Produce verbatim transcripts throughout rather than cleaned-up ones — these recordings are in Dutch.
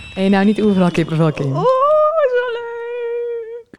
En je nou niet overal kippenvel, Kim. Oh, zo leuk.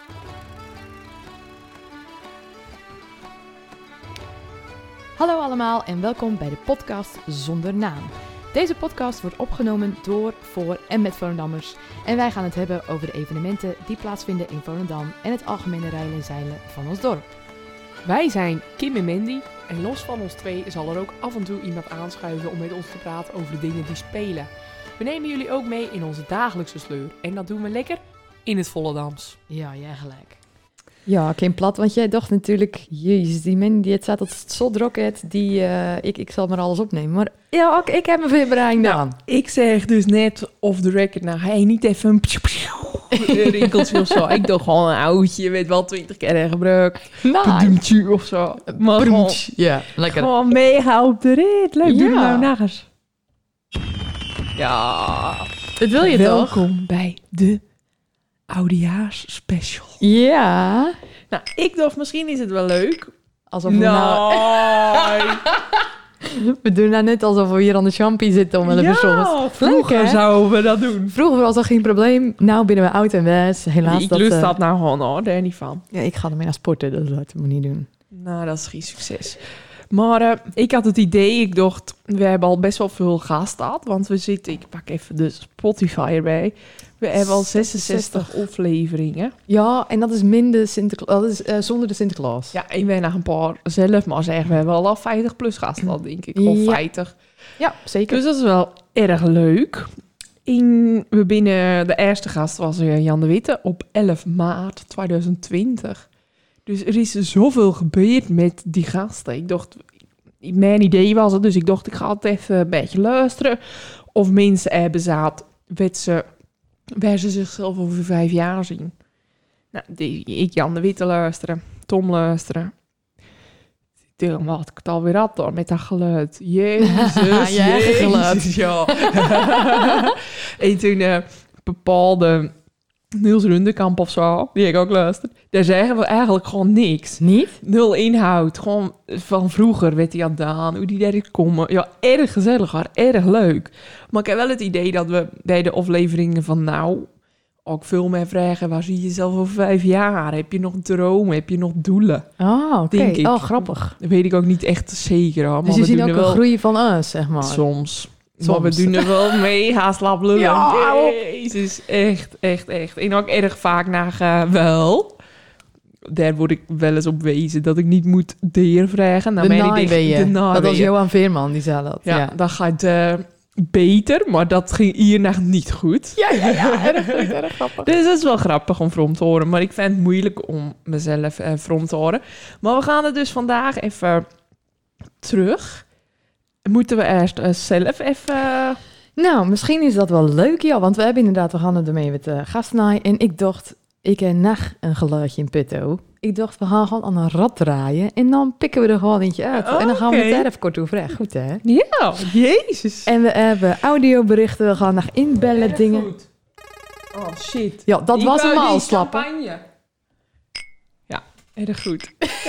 Hallo allemaal en welkom bij de podcast Zonder Naam. Deze podcast wordt opgenomen door, voor en met Volendammers. En wij gaan het hebben over de evenementen die plaatsvinden in Volendam en het algemene rijden en zeilen van ons dorp. Wij zijn Kim en Mandy en los van ons twee zal er ook af en toe iemand aanschuiven om met ons te praten over de dingen die spelen. We nemen jullie ook mee in onze dagelijkse sleur en dat doen we lekker in het Volendams. Ja, jij gelijk. Ja, Kim Plat, want jij dacht natuurlijk, jezus, die man die het staat tot zotrocket, die, uh, ik, ik zal maar alles opnemen. Maar ja, ook ik heb mijn voorbereiding gedaan. Nou, ik zeg dus net off the record, nou ga je niet even een, een rinkeltje of zo. Ik doe gewoon een oudje, weet wel, twintig keer gebruikt. Nice. Of zo. Maar gewoon, ja, lekker. gewoon mega op de rit. Leuk, doe Ja. het nou nog eens. Ja. Dat wil je toch? Welkom bij de Oudejaars special. Ja. Nou, ik dacht, misschien is het wel leuk. Alsof we nou... We doen nou net alsof we hier aan de champie zitten om een Ja, vroeger Leuk, hè? zouden we dat doen. Vroeger was dat geen probleem. Nou binnen we oud en wijs. Helaas ik dat... lust uh, dat nou gewoon hoor, daar niet van. Ja, ik ga ermee naar sporten, dus dat moet niet doen. Nou, dat is geen succes. Maar uh, ik had het idee, ik dacht, we hebben al best wel veel gasten gehad. Want we zitten, ik pak even de Spotify erbij. We hebben al zesenzestig afleveringen. Ja, en dat is minder Sinterklaas. Dat is uh, zonder de Sinterklaas. Ja, ik ben nog een paar zelf, maar zeggen we hebben al vijftig plus gasten al, denk ik. Of Ja. vijftig. Ja, zeker. Dus dat is wel erg leuk. In, we binnen de eerste gast was uh, Jan de Witte op elf maart tweeduizend twintig. Dus er is zoveel gebeurd met die gasten. Ik dacht, mijn idee was het, dus ik dacht, ik ga het even een beetje luisteren. Of mensen hebben zaad, weet ze, waar ze zichzelf over vijf jaar zien. Nou, die, ik Jan de Witte luisteren, Tom luisteren. Toen had ik het alweer had door met dat geluid. Jezus, Je eigen Jezus, geluid. ja. En toen uh, bepaalde Niels Rundekamp of zo, die ik ook luister, daar zeggen we eigenlijk gewoon niks. Niet? Nul inhoud, gewoon van vroeger werd hij aan gedaan, hoe die daar is komen. Ja, erg gezellig, hoor, erg leuk. Maar ik heb wel het idee dat we bij de afleveringen van nou ook veel meer vragen, waar zie je jezelf over vijf jaar? Heb je nog dromen? Heb je nog doelen? Ah, oké. Denk ik. Oh, grappig. Dat weet ik ook niet echt zeker, hoor. Dus Maar je we ziet doen ook er een wel groei van ons, zeg maar. soms. Soms. Maar we doen er wel mee, haast slap lullen. Ja, Jezus, echt, echt, echt. En ook erg vaak naar uh, wel. Daar word ik wel eens op wezen dat ik niet moet deer vragen. Nou, De mijn idee- naaiweeën. de Dat was naaiweeën. Johan Veerman, die zei dat. Ja, Ja, dat gaat uh, beter, maar dat ging hier nog niet goed. ja, ja, ja. Erg goed, erg grappig. Dus dat is wel grappig om from te horen. Maar ik vind het moeilijk om mezelf uh, from te horen. Maar we gaan het dus vandaag even terug. Moeten we eerst uh, zelf even... Uh, Nou, misschien is dat wel leuk, ja. Want we hebben inderdaad, we gaan ermee met de gasten. En ik dacht, ik heb nog een geluidje in petto. Ik dacht, we gaan gewoon aan een rad draaien. En dan pikken we er gewoon eentje uit. Oh, en dan gaan we oké. het er even kort over. Echt goed, hè? ja, jezus. En we hebben audioberichten. We gaan nog inbellen Erg dingen. goed. Oh, shit. Ja, dat Ik was wou hem al, die slappen. champagne. Ja, erg goed.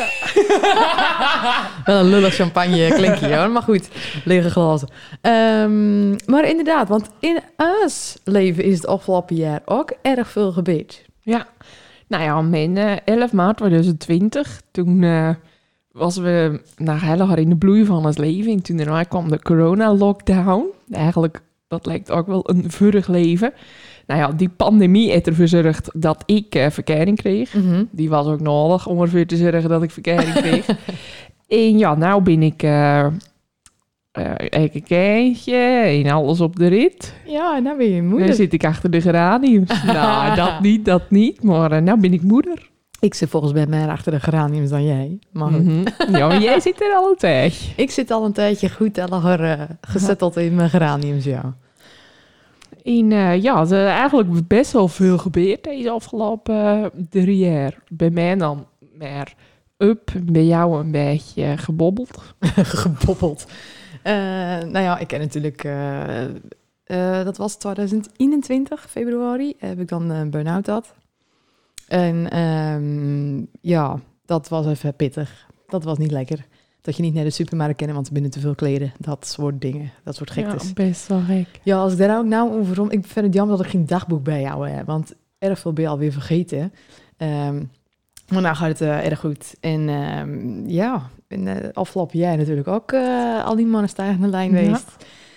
Wel een lullig champagne klinkje, hoor. Maar goed, lege glazen. Ehm, maar inderdaad, want in ons leven is het afgelopen jaar ook erg veel gebeurd. Ja, nou ja, mijn uh, elf maart tweeduizend twintig, toen uh, was we nou, heel erg in de bloei van ons leven. En toen daarna kwam de corona-lockdown. Eigenlijk, dat lijkt ook wel een vurig leven. Nou ja, die pandemie heeft ervoor gezorgd dat ik uh, verkering kreeg. Mhm. Die was ook nodig om ervoor te zorgen dat ik verkering kreeg. En ja, nou ben ik uh, uh, een kindje en alles op de rit. Ja, nou ben je moeder. Nu zit ik achter de geraniums. Nou, dat niet, dat niet. Maar uh, nou ben ik moeder. Ik zit volgens mij meer achter de geraniums dan jij. Maar goed. Mhm. Ja, maar jij zit er al een tijd. Ik zit al een tijdje goed uh, gezetteld in mijn geraniums, ja. En uh, ja, er is eigenlijk best wel veel gebeurd deze afgelopen uh, drie jaar. Bij mij dan meer up, bij jou een beetje gebobbeld. Gebobbeld. Uh, nou ja, ik ken natuurlijk... Uh, uh, dat was twintig eenentwintig, februari, heb ik dan een burn-out gehad. En um, ja, dat was even pittig. Dat was niet lekker. Dat je niet naar de supermarkt kent, want er binnen te veel kleden. Dat soort dingen. Dat soort gektes. Ja, best wel gek. Ja, als ik daar ook nou over om... Ik vind het jammer dat ik geen dagboek bijhouden heb. Want erg veel ben je alweer vergeten. Um, maar nou gaat het uh, erg goed. En um, ja, in uh, afgelopen jaar natuurlijk ook uh, al die mannen stijgende lijn geweest.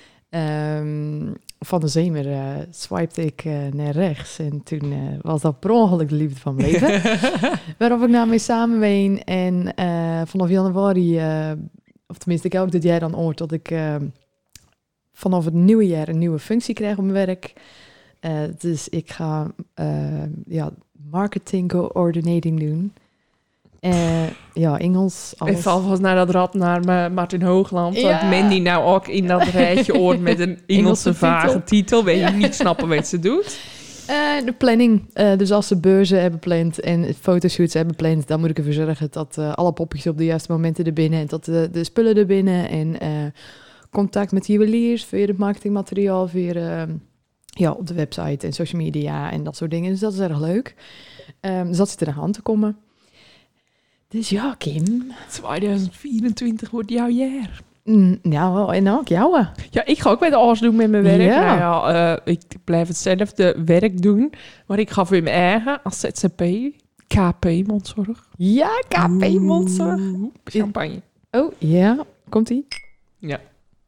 Ja. Um, van de zomer uh, swipte ik uh, naar rechts. En toen uh, was dat per ongeluk de liefde van mijn leven. Waarop ik nou mee samenween. En uh, vanaf januari, uh, of tenminste ik ook dit jaar dan ooit, dat ik uh, vanaf het nieuwe jaar een nieuwe functie krijg op mijn werk. Uh, dus ik ga uh, ja, marketing coordinating doen. Uh, ja, Engels, alles. Ik val vast naar dat rad naar Martin Hoogland. Ja. Dat Mandy nou ook in dat rijtje hoort met een Engelse, Engelse vage titel. titel. Weet je niet snappen wat ze doet. Uh, de planning. Uh, dus als ze beurzen hebben gepland en fotoshoots hebben gepland, dan moet ik ervoor zorgen dat uh, alle poppetjes op de juiste momenten er binnen en dat de, de spullen er binnen en uh, contact met juweliers via het marketingmateriaal, via uh, ja, op de website en social media en dat soort dingen. Dus dat is erg leuk. Um, dus dat zit er aan te komen. Dus ja, Kim. tweeduizend vierentwintig wordt jouw jaar. Mm, ja, en ook jou. Ja, ik ga ook bij de oors doen met mijn werk. Ja. Nou ja, uh, ik blijf hetzelfde werk doen. Maar ik ga voor mijn eigen als Z Z P. K P Mondzorg. Ja, K P Mondzorg. Champagne. Oh, ja. Komt-ie? Ja.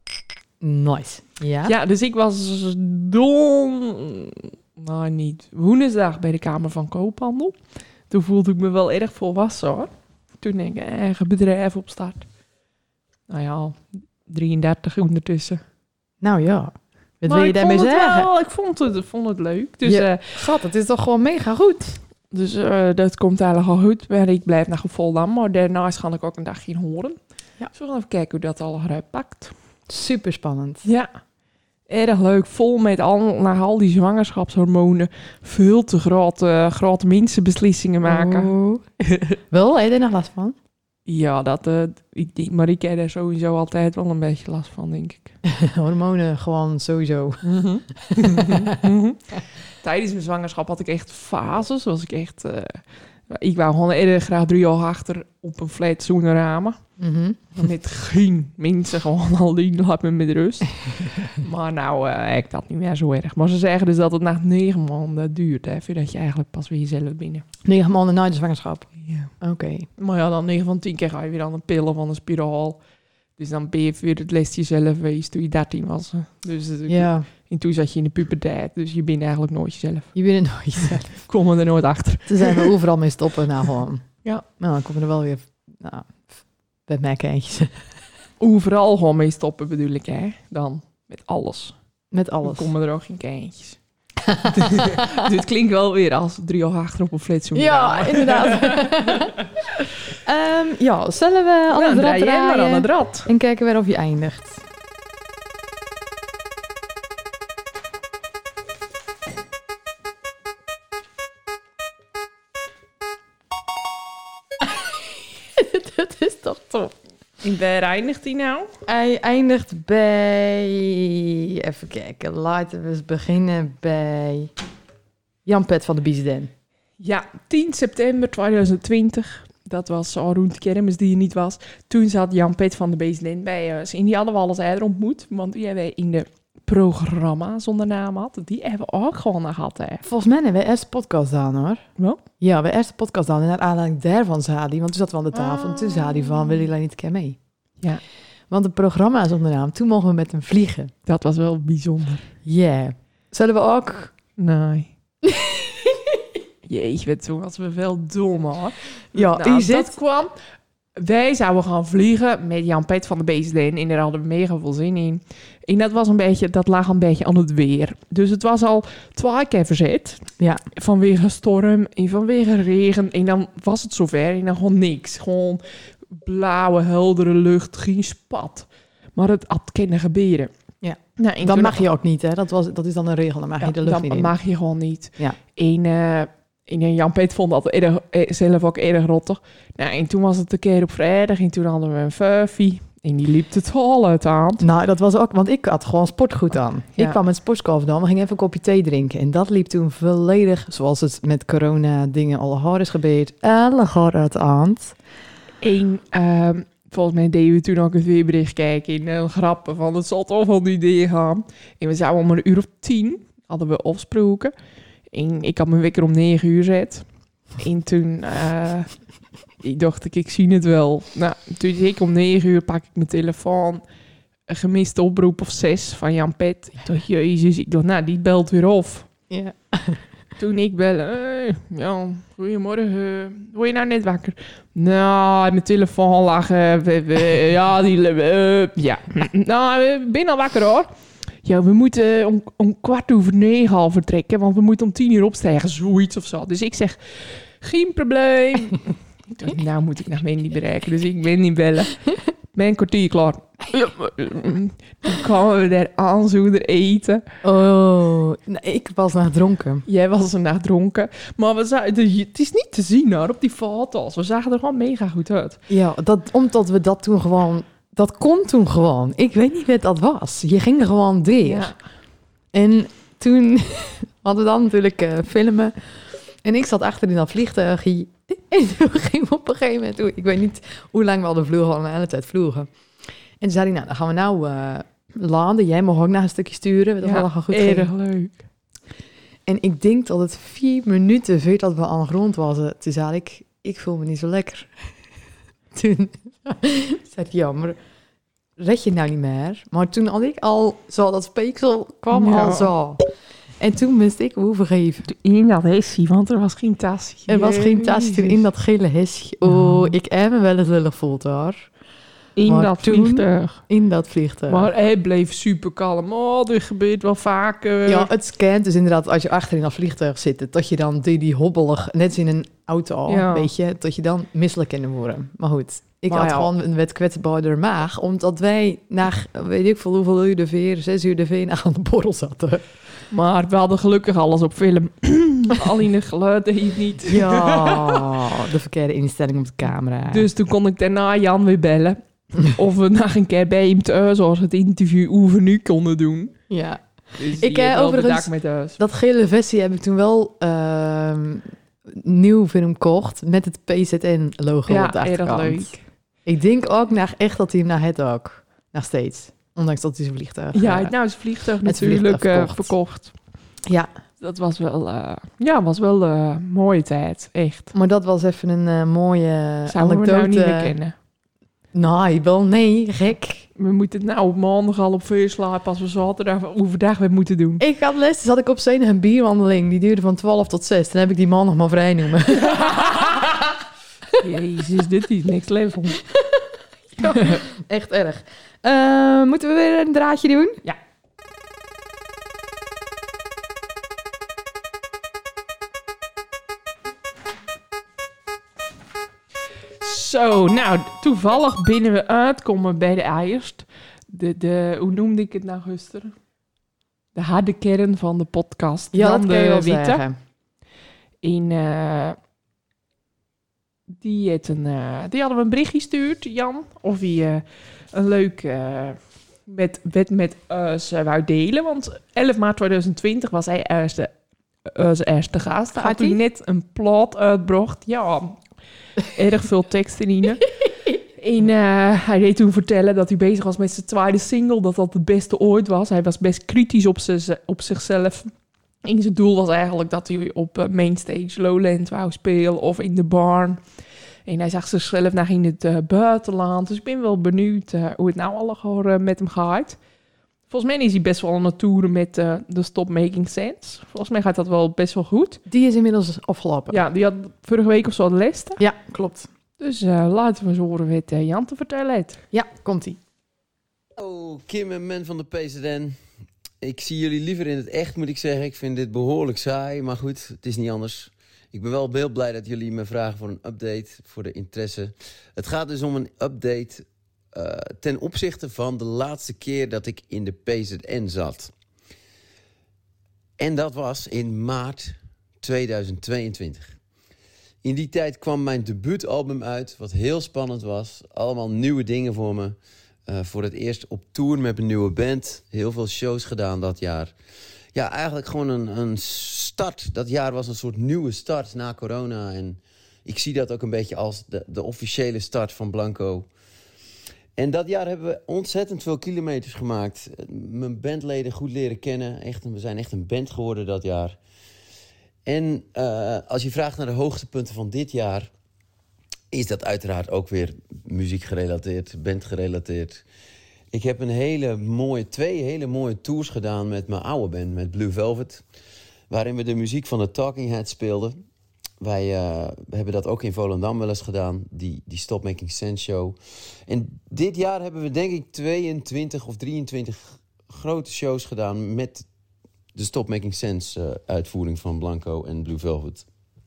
Nice. Ja. Ja, dus ik was don... Nou, niet. Woensdag bij de Kamer van Koophandel. Toen voelde ik me wel erg volwassen, hoor. Toen denk ik, eigen bedrijf op start. Nou ja, drieëndertig ondertussen. Nou ja, wat maar wil je daarmee zeggen? Wel, ik vond het, vond het leuk. Dus, ja, uh, gat, het is toch gewoon mega goed? Dus uh, dat komt eigenlijk al goed. Maar ik blijf naar Volendam, maar daarnaast ga ik ook een dagje in Horen. Ja. Dus we gaan even kijken hoe dat al uitpakt. Super spannend. Ja, erg leuk. Vol met al, naar al die zwangerschapshormonen veel te grote, grote mensenbeslissingen maken. Oh. Wel, heb je er nog last van? Ja, dat, uh, ik denk, maar ik heb er sowieso altijd wel een beetje last van, denk ik. Hormonen gewoon sowieso. Mm-hmm. Tijdens mijn zwangerschap had ik echt fases. Was ik echt... Uh, ik wou gewoon erg graag drie jaar achter op een flat zonder ramen. Mm-hmm. Met geen mensen gewoon al die laat me met rust. Maar nou, uh, ik dat niet meer zo erg. Maar ze zeggen dus dat het na negen maanden duurt, hè, voordat je eigenlijk pas weer jezelf binnen. Negen maanden na de zwangerschap? Ja. Oké. Okay. Maar ja, dan negen van tien keer ga je weer aan een pillen van een spiraal. Dus dan ben je weer het lesje zelf geweest toen je dertien was. Dus ja. En toen zat je in de puberteit, dus je bent eigenlijk nooit jezelf. Je bent er nooit jezelf. Kom er nooit achter. Toen zijn we overal mee stoppen, nou gewoon. Ja. Nou, dan komen er wel weer, nou, bij mij eentjes. Overal gewoon mee stoppen bedoel ik, hè. Dan, met alles. Met alles. Dan komen er ook geen keintjes. Dit klinkt wel weer als drie jaar achter op een flitsoen. Ja, inderdaad. um, ja, zullen we aan ja, het rad draaien? draaien? Maar aan het rad. En kijken waar of je eindigt. Dat is toch top. En waar eindigt hij nou? Hij eindigt bij... Even kijken, laten we eens beginnen bij... Jan Pet van de Biesden. Ja, tien september tweeduizend twintig. Dat was zo rond de kermis die er niet was. Toen zat Jan Pet van de Biesden bij ons. En die hadden we al eens eerder ontmoet. Want die hebben wij in de programma zonder naam had. Die hebben we ook gewoon nog gehad. Hè. Volgens mij hebben we eerst de podcast aan, hoor. Wel? Ja, we hebben eerst de podcast aan. En naar aanleiding daarvan zei hij... Want toen zaten we aan de tafel. Ah. En toen zei hij van... Wil jullie niet een keer mee? Ja. Want het programma zonder naam... Toen mogen we met hem vliegen. Dat was wel bijzonder. Ja. Yeah. Zullen we ook... Nee. Jeetje, toen was we wel dom, hoor. Ja, nou, die zit... dat kwam... Wij zouden gaan vliegen met Jan Pet van de Beesden. En daar hadden we mega veel zin in. En dat was een beetje, dat lag een beetje aan het weer. Dus het was al twee keer verzet. Ja. Vanwege storm en vanwege regen. En dan was het zover en dan gewoon niks. Gewoon blauwe, heldere lucht, geen spat. Maar het had kunnen gebeuren. Ja. Nou, Dan mag je ook niet, hè? Dat, was, dat is dan een regel. Dan mag ja, je de lucht dan niet in. mag je gewoon niet. Ja. En... Uh, En Jan Pet vond dat erg, zelf ook erg rottig. Nou, en toen was het een keer op vrijdag en toen hadden we een furfy. En die liep het al uit aan. Nou, dat was ook, want ik had gewoon sportgoed aan. Ja. Ik kwam met sportskoof dan, we gingen even een kopje thee drinken. En dat liep toen volledig, zoals het met corona dingen al hard is gebeurd, alle hard uit aan. En uh, volgens mij deden we toen ook een weerbericht kijken in uh, grappen van het zal toch wel niet idee gaan. En we zouden om een uur of tien, hadden we afgesproken. En ik had mijn wekker om negen uur zet. En toen, uh, ik dacht ik, ik zie het wel. Nou, toen ik om negen uur pak ik mijn telefoon. Een gemiste oproep of zes van Jan Pet. Ik dacht, jezus, ik dacht, nou, die belt weer af. Ja. Toen ik belde, hey, ja, goedemorgen, word je nou net wakker? Nou, mijn telefoon lag, uh, we, we, ja, die, uh, ja, nou, ik ben al wakker hoor. Ja, we moeten om, om kwart over negen al vertrekken, want we moeten om tien uur opstijgen, zoiets of zo. Dus ik zeg, geen probleem. Ik dacht, nou moet ik naar Mandy bereiken, dus ik ben niet bellen. Mijn kwartier klaar. Toen kwamen we daar aan, zo er eten. Oh, nou, ik was nog dronken. Jij was er naar dronken. Maar we zagen, het is niet te zien hoor, op die foto's. We zagen er gewoon mega goed uit. Ja, dat, omdat we dat toen gewoon... Dat kon toen gewoon. Ik weet niet wat dat was. Je ging er gewoon door. Ja. En toen hadden we dan natuurlijk uh, filmen. En ik zat achter in dat vliegtuigje. En toen ging we op een gegeven moment... Ik weet niet hoe lang we hadden vlogen, we hadden een hele tijd vlogen. En toen zei hij, nou, dan gaan we nou uh, landen. Jij mag ook nog een stukje sturen. Dat ja, was goed erg ging. leuk. En ik denk dat het vier minuten voordat we aan de grond waren, toen zei ik, ik voel me niet zo lekker. Toen zei ik, ja, maar red je nou niet meer? Maar toen had ik al zo, dat speeksel kwam ja. al zo. En toen moest ik overgeven. In dat hesje, want er was geen tasje. Er was geen tasje in dat gele hesje. Oh, ik heb me wel eens lullig voelt hoor. In maar dat toen, vliegtuig. In dat vliegtuig. Maar hij bleef super kalm. Oh, dit gebeurt wel vaker. Ja, het scant dus inderdaad als je achter in dat vliegtuig zit, dat je dan die, die hobbelig, net als in een auto, ja. weet je, dat je dan misselijk kan worden. Maar goed, ik maar had ja. gewoon een wet kwetsbaarder maag, omdat wij na, weet ik veel hoeveel uur de veer, zes uur de veer aan de borrel zaten. Maar we hadden gelukkig alles op film. Alleen het geluid deed het niet. Ja, de verkeerde instelling op de camera. Dus toen kon ik daarna Jan weer bellen. Of we nog een keer bij hem thuis als het interview oefen nu konden doen. Ja. Dus Ik die heb wel overigens met thuis. dat gele vestie heb ik toen wel uh, nieuw voor hem kocht met het P Z N-logo ja, op de achterkant. erg leuk. Ik denk ook naar echt dat hij hem naar het ook. Nog steeds. Ondanks dat hij zijn vliegtuig... Ja, hij uh, heeft nou zijn vliegtuig het natuurlijk vliegtuig uh, verkocht. verkocht. Ja. Dat was wel, uh, ja, was wel een uh, mooie tijd, echt. Maar dat was even een uh, mooie Zouden anekdote. we nou niet meer kennen? Nee, wel nee, gek. We moeten het nou op maandag al op vuur slapen als we zaterdag overdag weer moeten doen. Ik had les, dus had ik op zee een bierwandeling. Die duurde van twaalf tot zes. Dan heb ik die man nog maar vrij noemen. Jezus, dit is next level. Ja, echt erg. Uh, moeten we weer een draadje doen? Ja. Zo, nou, toevallig binnen we uitkomen bij de eerst. De, de, hoe noemde ik het nou gisteren? De harde kern van de podcast. Ja, Jan dat kan je wel Witte. zeggen. In, uh, die, het een, uh, die hadden we een berichtje gestuurd, Jan. Of hij uh, een leuk uh, met, met, met ons uh, wou delen. Want elf maart tweeduizend twintig was hij eerste, uh, zijn eerste gast. Hij had toen net een plaat uitgebracht. Ja, erg veel teksten in. En uh, hij deed toen vertellen dat hij bezig was met zijn tweede single. Dat dat het beste ooit was. Hij was best kritisch op, z- op zichzelf. En zijn doel was eigenlijk dat hij op uh, Mainstage Lowland wou spelen of in de barn. En hij zag zichzelf naar in het uh, buitenland. Dus ik ben wel benieuwd uh, hoe het nou allemaal uh, met hem gaat. Volgens mij is hij best wel aan het toeren met uh, de Stop Making Sense. Volgens mij gaat dat wel best wel goed. Die is inmiddels afgelopen. Ja, die had vorige week of zo de les. Ja, klopt. Dus uh, laten we eens horen wat uh, Jan te vertellen heeft. Ja, komt-ie. Oh, Kim en Men van de P Z N. Ik zie jullie liever in het echt, moet ik zeggen. Ik vind dit behoorlijk saai, maar goed, het is niet anders. Ik ben wel heel blij dat jullie me vragen voor een update, voor de interesse. Het gaat dus om een update uh, ten opzichte van de laatste keer dat ik in de P Z N zat. En dat was in maart tweeduizend tweeëntwintig. In die tijd kwam mijn debuutalbum uit, wat heel spannend was. Allemaal nieuwe dingen voor me. Uh, voor het eerst op tour met een nieuwe band. Heel veel shows gedaan dat jaar. Ja, eigenlijk gewoon een, een start. Dat jaar was een soort nieuwe start na corona. En ik zie dat ook een beetje als de, de officiële start van Blanco. En dat jaar hebben we ontzettend veel kilometers gemaakt. Mijn bandleden goed leren kennen. Echt, we zijn echt een band geworden dat jaar. En uh, als je vraagt naar de hoogtepunten van dit jaar, is dat uiteraard ook weer muziek gerelateerd, band gerelateerd. Ik heb een hele mooie, twee hele mooie tours gedaan met mijn oude band, met Blue Velvet. Waarin we de muziek van de Talking Heads speelden. Wij uh, hebben dat ook in Volendam wel eens gedaan, die, die Stop Making Sense show. En dit jaar hebben we denk ik tweeëntwintig of drieëntwintig grote shows gedaan met de Stop Making Sense uh, uitvoering van Blanco en Blue Velvet.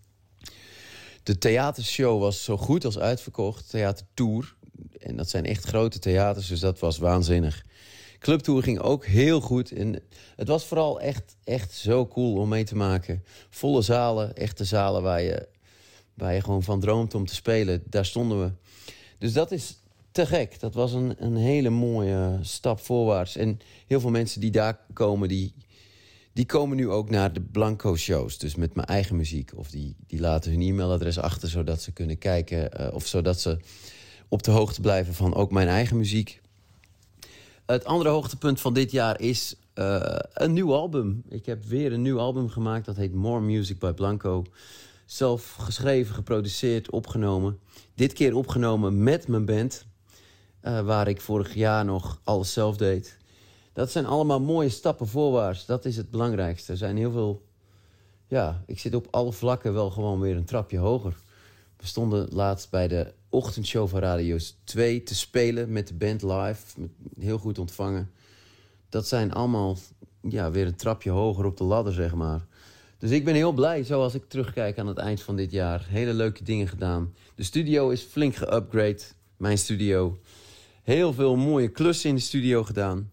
De theatershow was zo goed als uitverkocht, theatertour. En dat zijn echt grote theaters, dus dat was waanzinnig. Clubtour ging ook heel goed. En het was vooral echt, echt zo cool om mee te maken. Volle zalen, echte zalen waar je, waar je gewoon van droomt om te spelen. Daar stonden we. Dus dat is te gek. Dat was een, een hele mooie stap voorwaarts. En heel veel mensen die daar komen, die, die komen nu ook naar de Blanco shows. Dus met mijn eigen muziek. Of die, die laten hun e-mailadres achter, zodat ze kunnen kijken. Uh, of zodat ze op de hoogte blijven van ook mijn eigen muziek. Het andere hoogtepunt van dit jaar is uh, een nieuw album. Ik heb weer een nieuw album gemaakt. Dat heet More Music by Blanco. Zelf geschreven, geproduceerd, opgenomen. Dit keer opgenomen met mijn band. Uh, waar ik vorig jaar nog alles zelf deed. Dat zijn allemaal mooie stappen voorwaarts. Dat is het belangrijkste. Er zijn heel veel... Ja, ik zit op alle vlakken wel gewoon weer een trapje hoger. We stonden laatst bij de ochtendshow van Radio twee te spelen met de band live. Heel goed ontvangen. Dat zijn allemaal ja, weer een trapje hoger op de ladder, zeg maar. Dus ik ben heel blij, zoals ik terugkijk aan het eind van dit jaar. Hele leuke dingen gedaan. De studio is flink geupgrade. Mijn studio. Heel veel mooie klussen in de studio gedaan.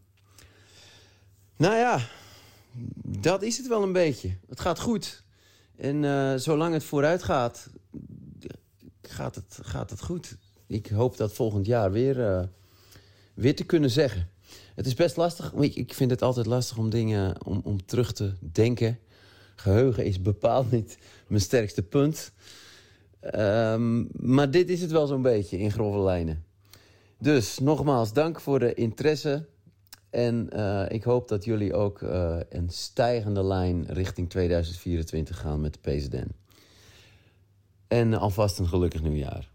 Nou ja, dat is het wel een beetje. Het gaat goed. En uh, zolang het vooruit gaat... Gaat het, gaat het goed. Ik hoop dat volgend jaar weer, uh, weer te kunnen zeggen. Het is best lastig. Ik, ik vind het altijd lastig om dingen om, om terug te denken. Geheugen is bepaald niet mijn sterkste punt. Um, maar dit is het wel zo'n beetje in grove lijnen. Dus nogmaals, dank voor de interesse. En uh, ik hoop dat jullie ook uh, een stijgende lijn richting tweeduizend vierentwintig gaan met de P Z D. En alvast een gelukkig nieuwjaar.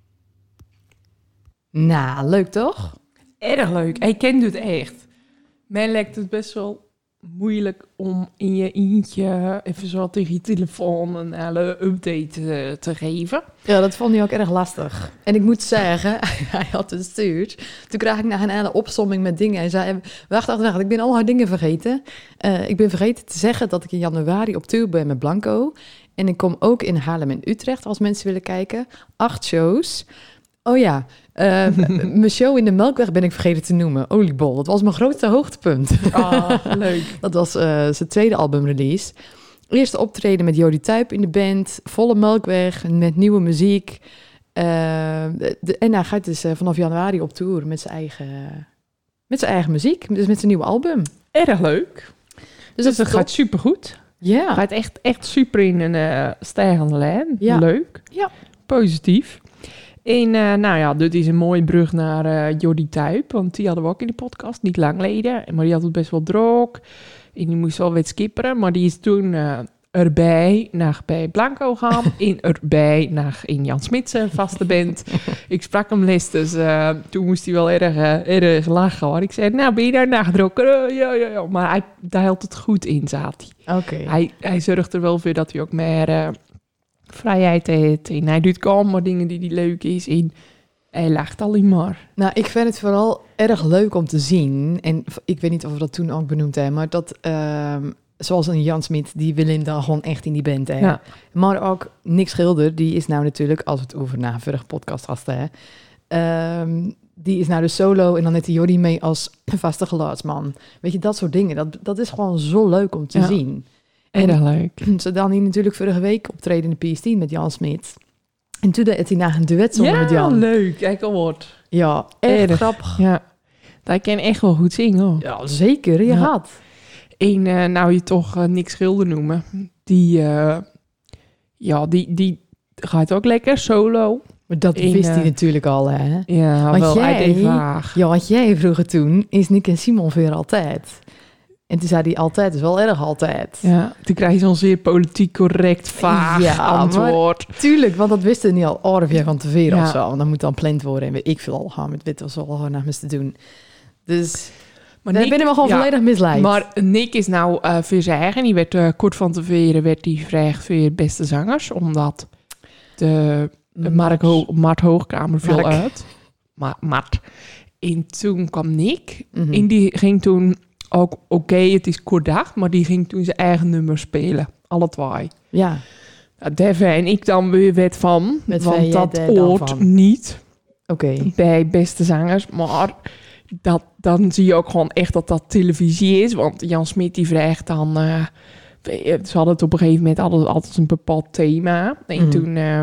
Nou, leuk toch? Erg leuk. Hij kent het echt. Mij lijkt het best wel moeilijk om in je eentje even zo tegen je telefoon een hele update uh, te geven. Ja, dat vond hij ook erg lastig. En ik moet zeggen, hij had het gestuurd. Toen kreeg ik nog een hele opsomming met dingen. Hij zei, wacht, wacht, wacht, ik ben al haar dingen vergeten. Uh, ik ben vergeten te zeggen dat ik in januari op tour ben met Blanco. En ik kom ook in Haarlem en Utrecht, als mensen willen kijken. Acht shows. Oh ja, uh, m- mijn show in de Melkweg ben ik vergeten te noemen. Oliebol, dat was mijn grootste hoogtepunt. Oh, leuk. Dat was uh, zijn tweede albumrelease. Eerste optreden met Jody Tuyp in de band. Volle Melkweg, met nieuwe muziek. Uh, de, en hij gaat dus uh, vanaf januari op tour met zijn eigen, met zijn eigen muziek. Dus met zijn nieuwe album. Erg leuk. Dus, dus dat gaat supergoed. Ja. Gaat echt, echt super in een uh, stijgende lijn. Ja. Leuk. Ja. Positief. En uh, nou ja, dit is een mooie brug naar uh, Jody Tuyp. Want die hadden we ook in de podcast, niet lang geleden. Maar die had het best wel druk. En die moest wel wat skipperen. Maar die is toen uh, erbij naar bij Blanco gaan. en erbij naar in Jan Smits vaste band. Ik sprak hem les, dus uh, toen moest hij wel erg, uh, erg lachen hoor. Ik zei, nou ben je daar nagetrokken? Uh, ja, ja, ja. Maar hij, daar hield het goed in, zat hij. Oké. Okay. Hij, hij zorgt er wel voor dat hij ook meer uh, vrijheid heeft. En hij doet kalm maar dingen die hij leuk is. En hij lacht alleen maar. Nou, ik vind het vooral erg leuk om te zien. En ik weet niet of we dat toen ook benoemd hebben, maar dat... Uh, zoals een Jan Smit, die wil hem dan gewoon echt in die band, hè. Ja. Maar ook Nick Schilder, die is nou natuurlijk, als we het over na vorige podcast hadden, hè, um, die is nou de solo en dan heeft hij Jordi mee als vaste geluidsman. Weet je, dat soort dingen. Dat, dat is gewoon zo leuk om te ja. zien. En erg leuk. Ze dan hier natuurlijk vorige week optreden in de P S T met Jan Smit. En toen deed hij na een duet zongen ja, met Jan. Ja, leuk. Kijk al wat. Ja, echt grappig. Ja, dat kan echt wel goed zingen, hoor. Ja, zeker. Je ja. gaat. En uh, nou je toch uh, Nick Schilder noemen. Die, uh, ja, die, die gaat ook lekker solo. Maar dat In, wist hij uh, natuurlijk al, hè? Ja, Want wel jij- uit even vaag. Ja, wat jij vroeger toen, is Nick en Simon weer altijd. En toen zei hij altijd, is wel erg altijd. Ja, toen krijg je zo'n zeer politiek correct vaag Ja, antwoord. Tuurlijk, want dat wisten niet al oh, of jij van tevoren Ja. of zo. Want dan moet dan gepland worden en weet ik veel al gaan met wit of zo al gaan naar te doen. Dus Maar daar Nick- ben ik me gewoon ja, volledig misleid. Maar Nick is nou uh, voor zijn eigen. Die werd uh, kort van tevoren werd die gevraagd voor je beste zangers. Omdat de uh, Mark Ho- Mart Hoogkamer viel Mark. uit. Ma- Mart. En toen kwam Nick. Mhm. En die ging toen ook, oké, okay, het is kort dag. Maar die ging toen zijn eigen nummer spelen. Alle twee. Ja, Nou, daar ben ik dan weer wet van. Met van want jij dat daar dan hoort van? niet oké. bij beste zangers. Maar dat, dan zie je ook gewoon echt dat dat televisie is. Want Jan Smit die vraagt dan... Uh, ze hadden het op een gegeven moment altijd, altijd een bepaald thema. En Mhm. toen... Uh,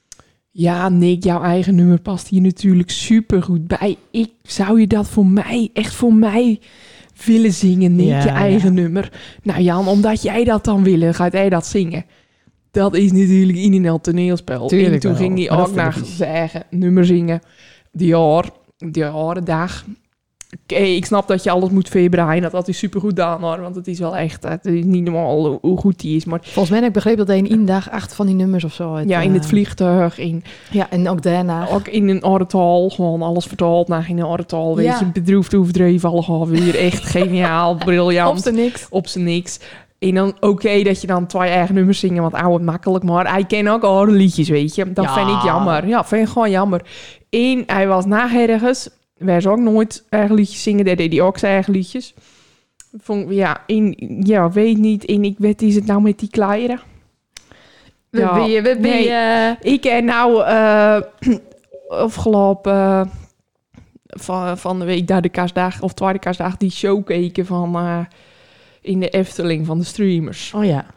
ja, Nick, jouw eigen nummer past hier natuurlijk super goed bij. Ik zou je dat voor mij, echt voor mij willen zingen, Nick, Ja, je eigen ja. nummer. Nou Jan, omdat jij dat dan wil, gaat hij dat zingen. Dat is natuurlijk in een toneelspel. Tuurlijk en toen wel, ging hij maar dat ook naar televisie. zijn eigen nummer zingen. Die jaar, die jarendag. Oké, ik snap dat je alles moet voorbereiden. Dat had hij super goed gedaan hoor. Want het is wel echt, het is niet normaal hoe goed die is. Maar Volgens mij heb ik begrepen dat hij in één dag acht van die nummers of zo... Het, ja, in eh, het vliegtuig, in Ja, en ook daarna. ook in een oude taal, gewoon alles vertaald naar in een oude taal. Weet Ja. je, bedroefd overdreven, allemaal weer echt geniaal, briljant. Op de niks. Op z'n niks. En dan oké okay, dat je dan twee eigen nummers zingen, want oude makkelijk. Maar hij kent ook oude liedjes, weet je. Dat Ja. vind ik jammer. Ja, vind ik gewoon jammer. En hij was na ergens, wij zou ook nooit eigen liedjes zingen. Daar deed hij ook zijn eigen liedjes. Vond, ja, en, ja, weet niet. En ik weet, is het nou met die kleren? We Ja, ben je, we ben nee. je. Ik en nou uh, afgelopen uh, van, van de week daar de kerstdag of tweede kerstdag die show keken van uh, in de Efteling van de streamers. Oh ja.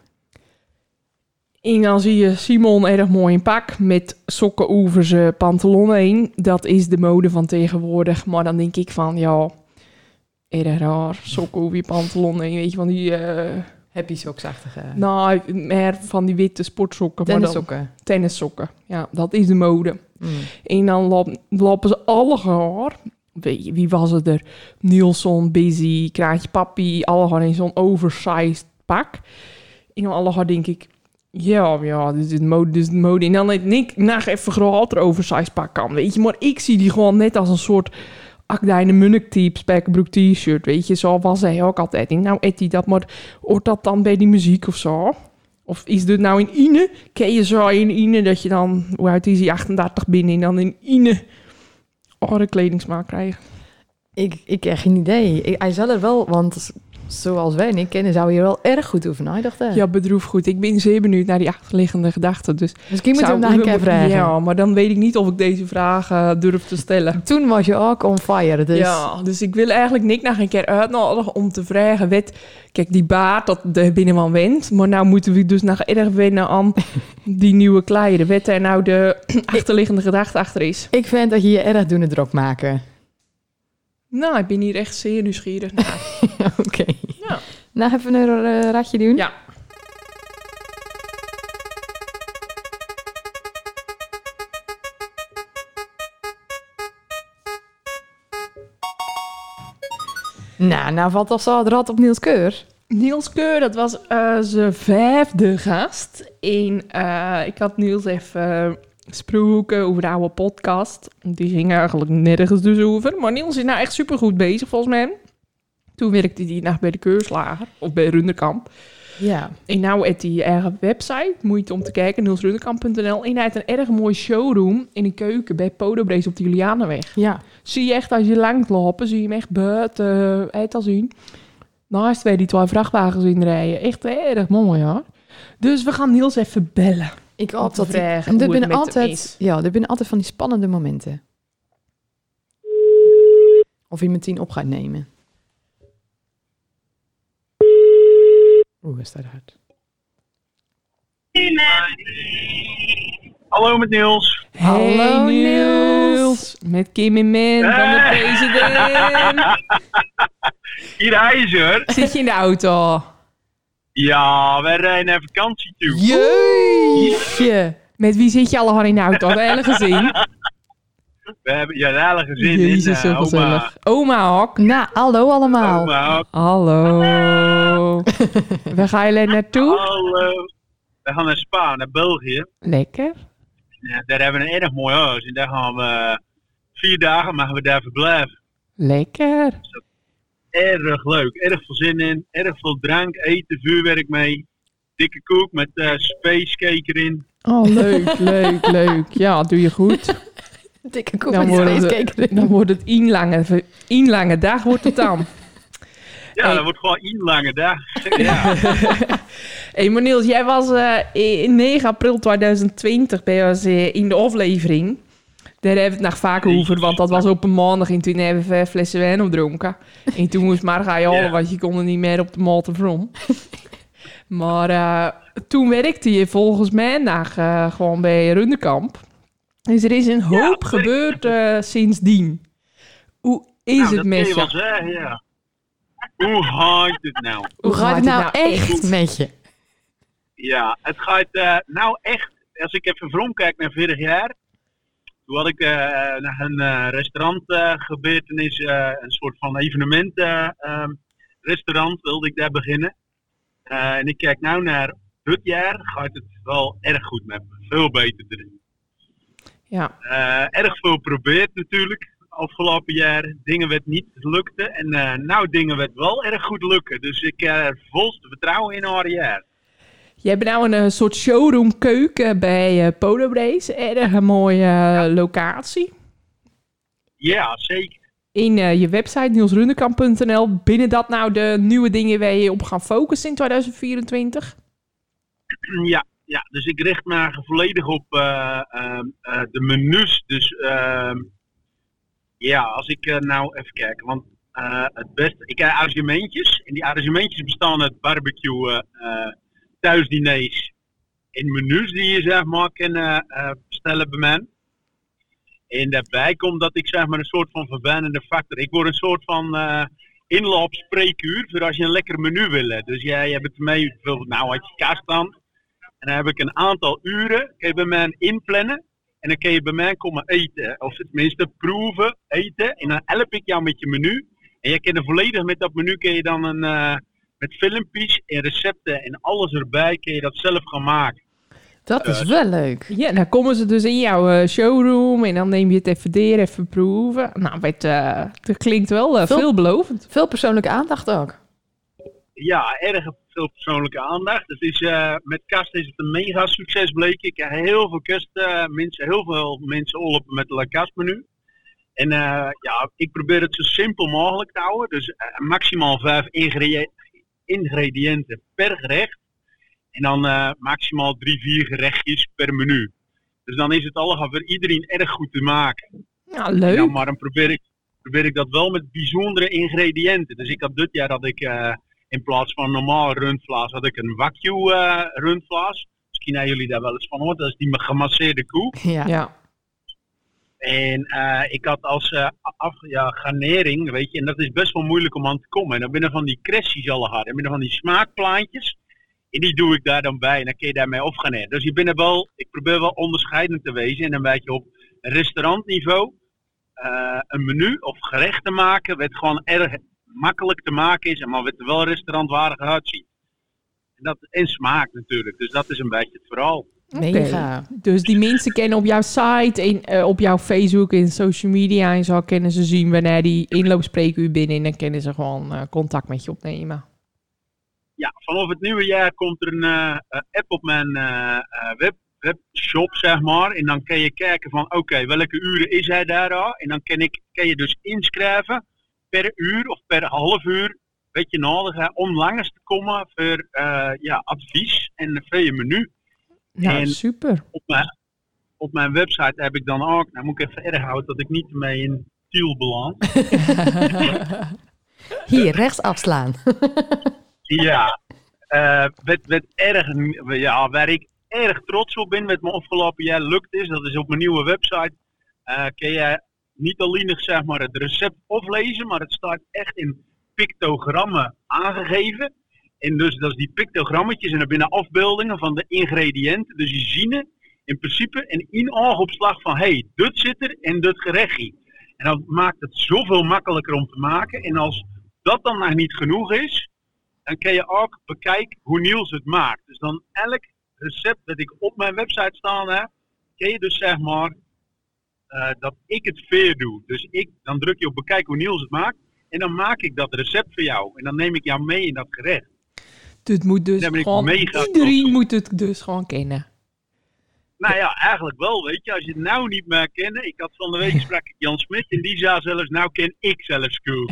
En dan zie je Simon erg mooi in pak met sokken over zijn pantalon heen. Dat is de mode van tegenwoordig. Maar dan denk ik van ja, erg raar, sokken over je pantalon heen, weet je van die. Uh, Happy socksachtige. nou, meer van die witte sportsokken. maar dan- Tennissokken. Tennissokken. Ja, dat is de mode. Mm. En dan lop, lopen ze allemaal. Weet je, wie was het er? Nielsen, Busy, Kraantje Papi. Allemaal in zo'n oversized pak. En dan allemaal denk ik... Ja, ja, dit is de mode, dit is de mode. En dan heeft Nick nog even groter oversized pak kan, weet je. Maar ik zie die gewoon net als een soort... Akdijne Munnik-type, spijkerbroek t-shirt, weet je. Zo was hij ook altijd. En nou eet hij dat, maar hoort dat dan bij die muziek of zo? Of is dit nou in Ine? Ken je zo in Ine dat je dan... Hoe oud is hij? achtendertig binnen en dan in Ine... andere kledingsmaak krijgen. Ik, ik heb geen idee. Ik, hij zal er wel, want zoals wij Nick kennen, zou je er wel erg goed over nagedacht. Ja, bedroef goed. Ik ben zeer benieuwd naar die achterliggende gedachten. Dus Misschien moeten we zou- hem nog een keer vragen. Ja, maar dan weet ik niet of ik deze vraag uh, durf te stellen. Toen was je ook on fire, dus... Ja, dus ik wil eigenlijk Nick nog een keer uitnodigen om te vragen. Weet, kijk, die baard, dat de binnenman wint. Maar nou moeten we dus nog erg wennen aan die nieuwe kleren. Wat er nou de achterliggende gedachte achter is. Ik vind dat je je erg doen het druk maken. Nou, ik ben hier echt zeer nieuwsgierig naar. Oké. Ja. Nou, even een uh, ratje doen. Ja. Nou, nou valt al zo het rad op Niels Keur. Niels Keur, dat was uh, zijn vijfde gast. En uh, ik had Niels even gesproken over de oude podcast. Die ging eigenlijk nergens dus over. Maar Niels is nou echt supergoed bezig volgens mij. Toen werkte hij nog bij de Keurslager, of bij Runderkamp. Ja. En nou heeft hij eigen website, moeite om te kijken, niels runderkamp punt n l. En hij heeft een erg mooi showroom in een keuken bij Podobrees op de Julianenweg. Ja. Zie je echt, als je langs lopen, zie je hem echt buiten uh, uit al zien. Naast wij die twee vrachtwagens inrijden. Echt erg mooi, hoor. Dus we gaan Niels even bellen. Ik Om hoop te dat hij... vragen En er hoe het binnen met hem altijd, is. ja, er binnen altijd van die spannende momenten. Of iemand tien op gaat nemen. Oeh, is dat hard. Hallo met Niels. Hallo, Hey, Niels. Met Kim en Man van de president. Hier hij is er. Zit je in de auto? Ja, wij rijden naar vakantie toe. Jeetje. Met wie zit je allemaal in de auto? Het hele gezin? We hebben ja, een hele gezin Jezus, in zo uh, oma. gezellig. Oma Hok. Nou, hallo allemaal. Oma ook. Hallo. Waar ga je naartoe? Hallo. We gaan naar Spa, naar België. Lekker. Ja, daar hebben we een erg mooi huis. En daar gaan we vier dagen mogen we daar verblijven. Lekker. Erg leuk. Erg veel zin in. Erg veel drank, eten, vuurwerk mee. Dikke koek met uh, spacecake erin. Oh, leuk, leuk, leuk. Ja, doe je goed. Dikke koek Dan met wordt het, spacecake erin. dan wordt het een lange, een lange dag wordt het dan. Ja, Hey. dat wordt gewoon een lange dag. Ja. Hey Moniels, jij was uh, in negen april tweeduizend twintig bij ons uh, in de aflevering. Daar hebben we het nog vaker over, want dat was op een maandag en toen hebben we flessen wijn opdronken. En toen moest maar gaan halen, Ja. want je kon er niet meer op de malte from. Maar uh, toen werkte je volgens mij nog uh, gewoon bij Rundekamp. Dus er is een hoop Ja, gebeurd uh, sindsdien. Hoe is Nou, het dat met kun je je? wel zeggen, ja. Hoe gaat het nou? Hoe gaat het nou echt met je? Ja, het gaat uh, nou echt, als ik even vroom kijk naar vorig jaar. Toen had ik uh, naar een uh, restaurant uh, gebeurtenis, uh, een soort van evenement uh, um, restaurant wilde ik daar beginnen. Uh, en ik kijk nou naar dit jaar, gaat het wel erg goed met me. Veel beter erin. Ja, Uh, erg veel geprobeerd natuurlijk, afgelopen jaar. Dingen werd niet lukte en uh, nou dingen werd wel erg goed lukken. Dus ik heb uh, volste vertrouwen in haar jaar. jij bent nou een uh, soort showroom keuken bij uh, Polo Brace. Erg een mooie uh, locatie. Ja, zeker. In uh, je website nielsrundekamp punt n l. Binnen dat nou de nieuwe dingen waar je op gaat focussen in tweeduizend vierentwintig? Ja, ja, dus ik richt me volledig op uh, uh, uh, de menus. Dus uh, ja, als ik uh, nou even kijk, want uh, het beste, ik heb arrangementjes. En die arrangementjes bestaan uit barbecue, uh, uh, thuisdiners en menus die je zeg maar kan uh, uh, bestellen bij mij. En daarbij komt dat ik zeg maar een soort van verwennende factor. Ik word een soort van uh, inloopspreekuur voor als je een lekker menu wil. Hè. Dus jij, jij hebt mee, nou had je kast dan. En dan heb ik een aantal uren, kun je bij mij inplannen. En dan kun je bij mij komen eten. Of tenminste proeven, eten. En dan help ik jou met je menu. En je kan er volledig met dat menu, kun je dan een, uh, met filmpjes en recepten en alles erbij, kun je dat zelf gaan maken. Dat is wel leuk. Ja, dan komen ze dus in jouw uh, showroom en dan neem je het even deur, even proeven. Nou, het, uh, het klinkt wel uh, Veel- veelbelovend. Veel persoonlijke aandacht ook. Ja, erg veel persoonlijke aandacht. Het is, uh, met kast is het een mega succes bleken. Ik heb heel veel kast, uh, mensen, heel veel mensen op met een kastmenu. En uh, ja, ik probeer het zo simpel mogelijk te houden. Dus uh, maximaal vijf ingrediënten, ingrediënten per gerecht. En dan uh, maximaal drie, vier gerechtjes per menu. Dus dan is het allemaal voor iedereen erg goed te maken. Ja, En leuk. dan, maar dan probeer ik, probeer ik dat wel met bijzondere ingrediënten. Dus ik had dit jaar had ik uh, in plaats van normaal rundvlees had ik een wagyu uh, rundvlees. Misschien hebben jullie daar wel eens van gehoord. Dat is die gemasseerde koe. Ja. Ja. En uh, ik had als uh, af, ja, garnering, weet je, en dat is best wel moeilijk om aan te komen. En dan binnen van die cressies alle hard. En binnen van die smaakplaatjes. En die doe ik daar dan bij. En dan kun je daarmee opgarneren. Dus je bent er wel, ik probeer wel onderscheidend te wezen. En een beetje op restaurantniveau. Uh, een menu of gerecht te maken. Wat gewoon erg makkelijk te maken is. Maar wat er wel restaurantwaardig uitziet. En, dat, en smaak natuurlijk. Dus dat is een beetje het verhaal. Mega. Oké. Dus die mensen kennen op jouw site, en, uh, op jouw Facebook en social media en zo kennen ze zien wanneer die inloopspreekuur binnen en dan kunnen ze gewoon uh, contact met je opnemen. Ja, vanaf het nieuwe jaar komt er een uh, app op mijn uh, uh, web, webshop, zeg maar. En dan kan je kijken van, oké, okay, welke uren is hij daar al? En dan kan, ik, kan je dus inschrijven per uur of per half uur. Weet je nodig hè, om langs te komen voor uh, ja, advies en voor je menu. Nou, En- super. Op mijn, op mijn website heb ik dan ook, nou moet ik even erg houden dat ik niet mee in Tiel beland. Hier, rechts afslaan. Ja, uh, wat, wat erg, ja, waar ik erg trots op ben met mijn afgelopen jaar lukt is, dat is op mijn nieuwe website, uh, kun je niet alleen zeg maar, het recept aflezen, maar het staat echt in pictogrammen aangegeven. En dus dat is die pictogrammetjes en er binnen afbeeldingen van de ingrediënten, dus je ziet het. in principe in één oogopslag van, hé, hey, dit zit er in dit gerechtje. En dat maakt het zoveel makkelijker om te maken. En als dat dan nog niet genoeg is, dan kun je ook bekijken hoe Niels het maakt. Dus dan elk recept dat ik op mijn website staan heb, kun je dus zeg maar uh, dat ik het fair doe. Dus ik, dan druk je op bekijk hoe Niels het maakt en dan maak ik dat recept voor jou. En dan neem ik jou mee in dat gerecht. Het moet dus gewoon, iedereen moet het dus gewoon kennen. Nou ja, eigenlijk wel, weet je. Als je het nou niet meer kent. Ik had van de week sprak ik Jan Smit en die zei zelfs, nou ken ik zelfs kook.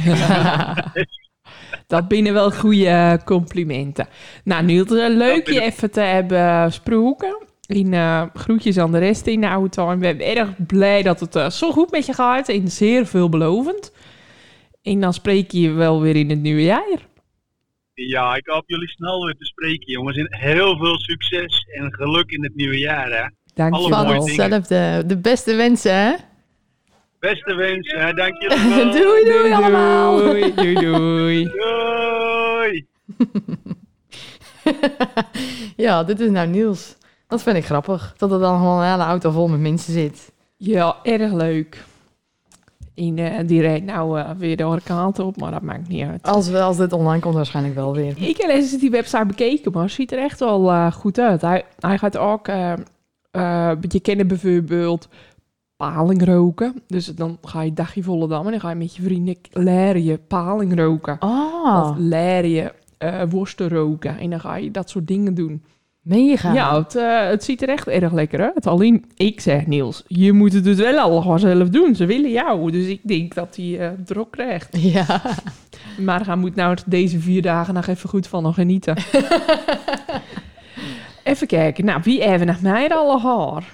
Dat binnen wel goede complimenten. Nou, Niels, leuk binnen... je even te hebben gesproken. In uh, groetjes aan de rest in de auto. En we zijn erg blij dat het uh, zo goed met je gaat. En zeer veelbelovend. En dan spreek je wel weer in het nieuwe jaar. Ja, ik hoop jullie snel weer te spreken, jongens. En heel veel succes en geluk in het nieuwe jaar, hè. Dank je wel. Hetzelfde. De beste wensen, hè. Beste wensen, hè. Dank jullie wel. doei, doei, doei allemaal. Doei, doei, doei. Doei. Ja, dit is nou Niels. Dat vind ik grappig. Dat er dan gewoon een hele auto vol met mensen zit. Ja, erg leuk. En, uh, die rijdt nou uh, weer de andere kant op, maar dat maakt niet uit. Als, we, als dit online komt, waarschijnlijk wel weer. Ik heb eens die website bekeken, maar het ziet er echt wel uh, goed uit. Hij, hij gaat ook, uh, uh, je kent bijvoorbeeld paling roken. Dus dan ga je dagje Volendam en dan ga je met je vrienden leren je paling roken. Oh. Of leren je uh, worsten roken. En dan ga je dat soort dingen doen. Mega. Ja, het, uh, het ziet er echt erg lekker uit. Alleen, ik zeg Niels, je moet het dus wel allemaal zelf doen. Ze willen jou, dus ik denk dat hij uh, druk krijgt. Ja. Maar hij moet nou deze vier dagen nog even goed van nog genieten. Even kijken, nou, wie hebben nog mij alle haar?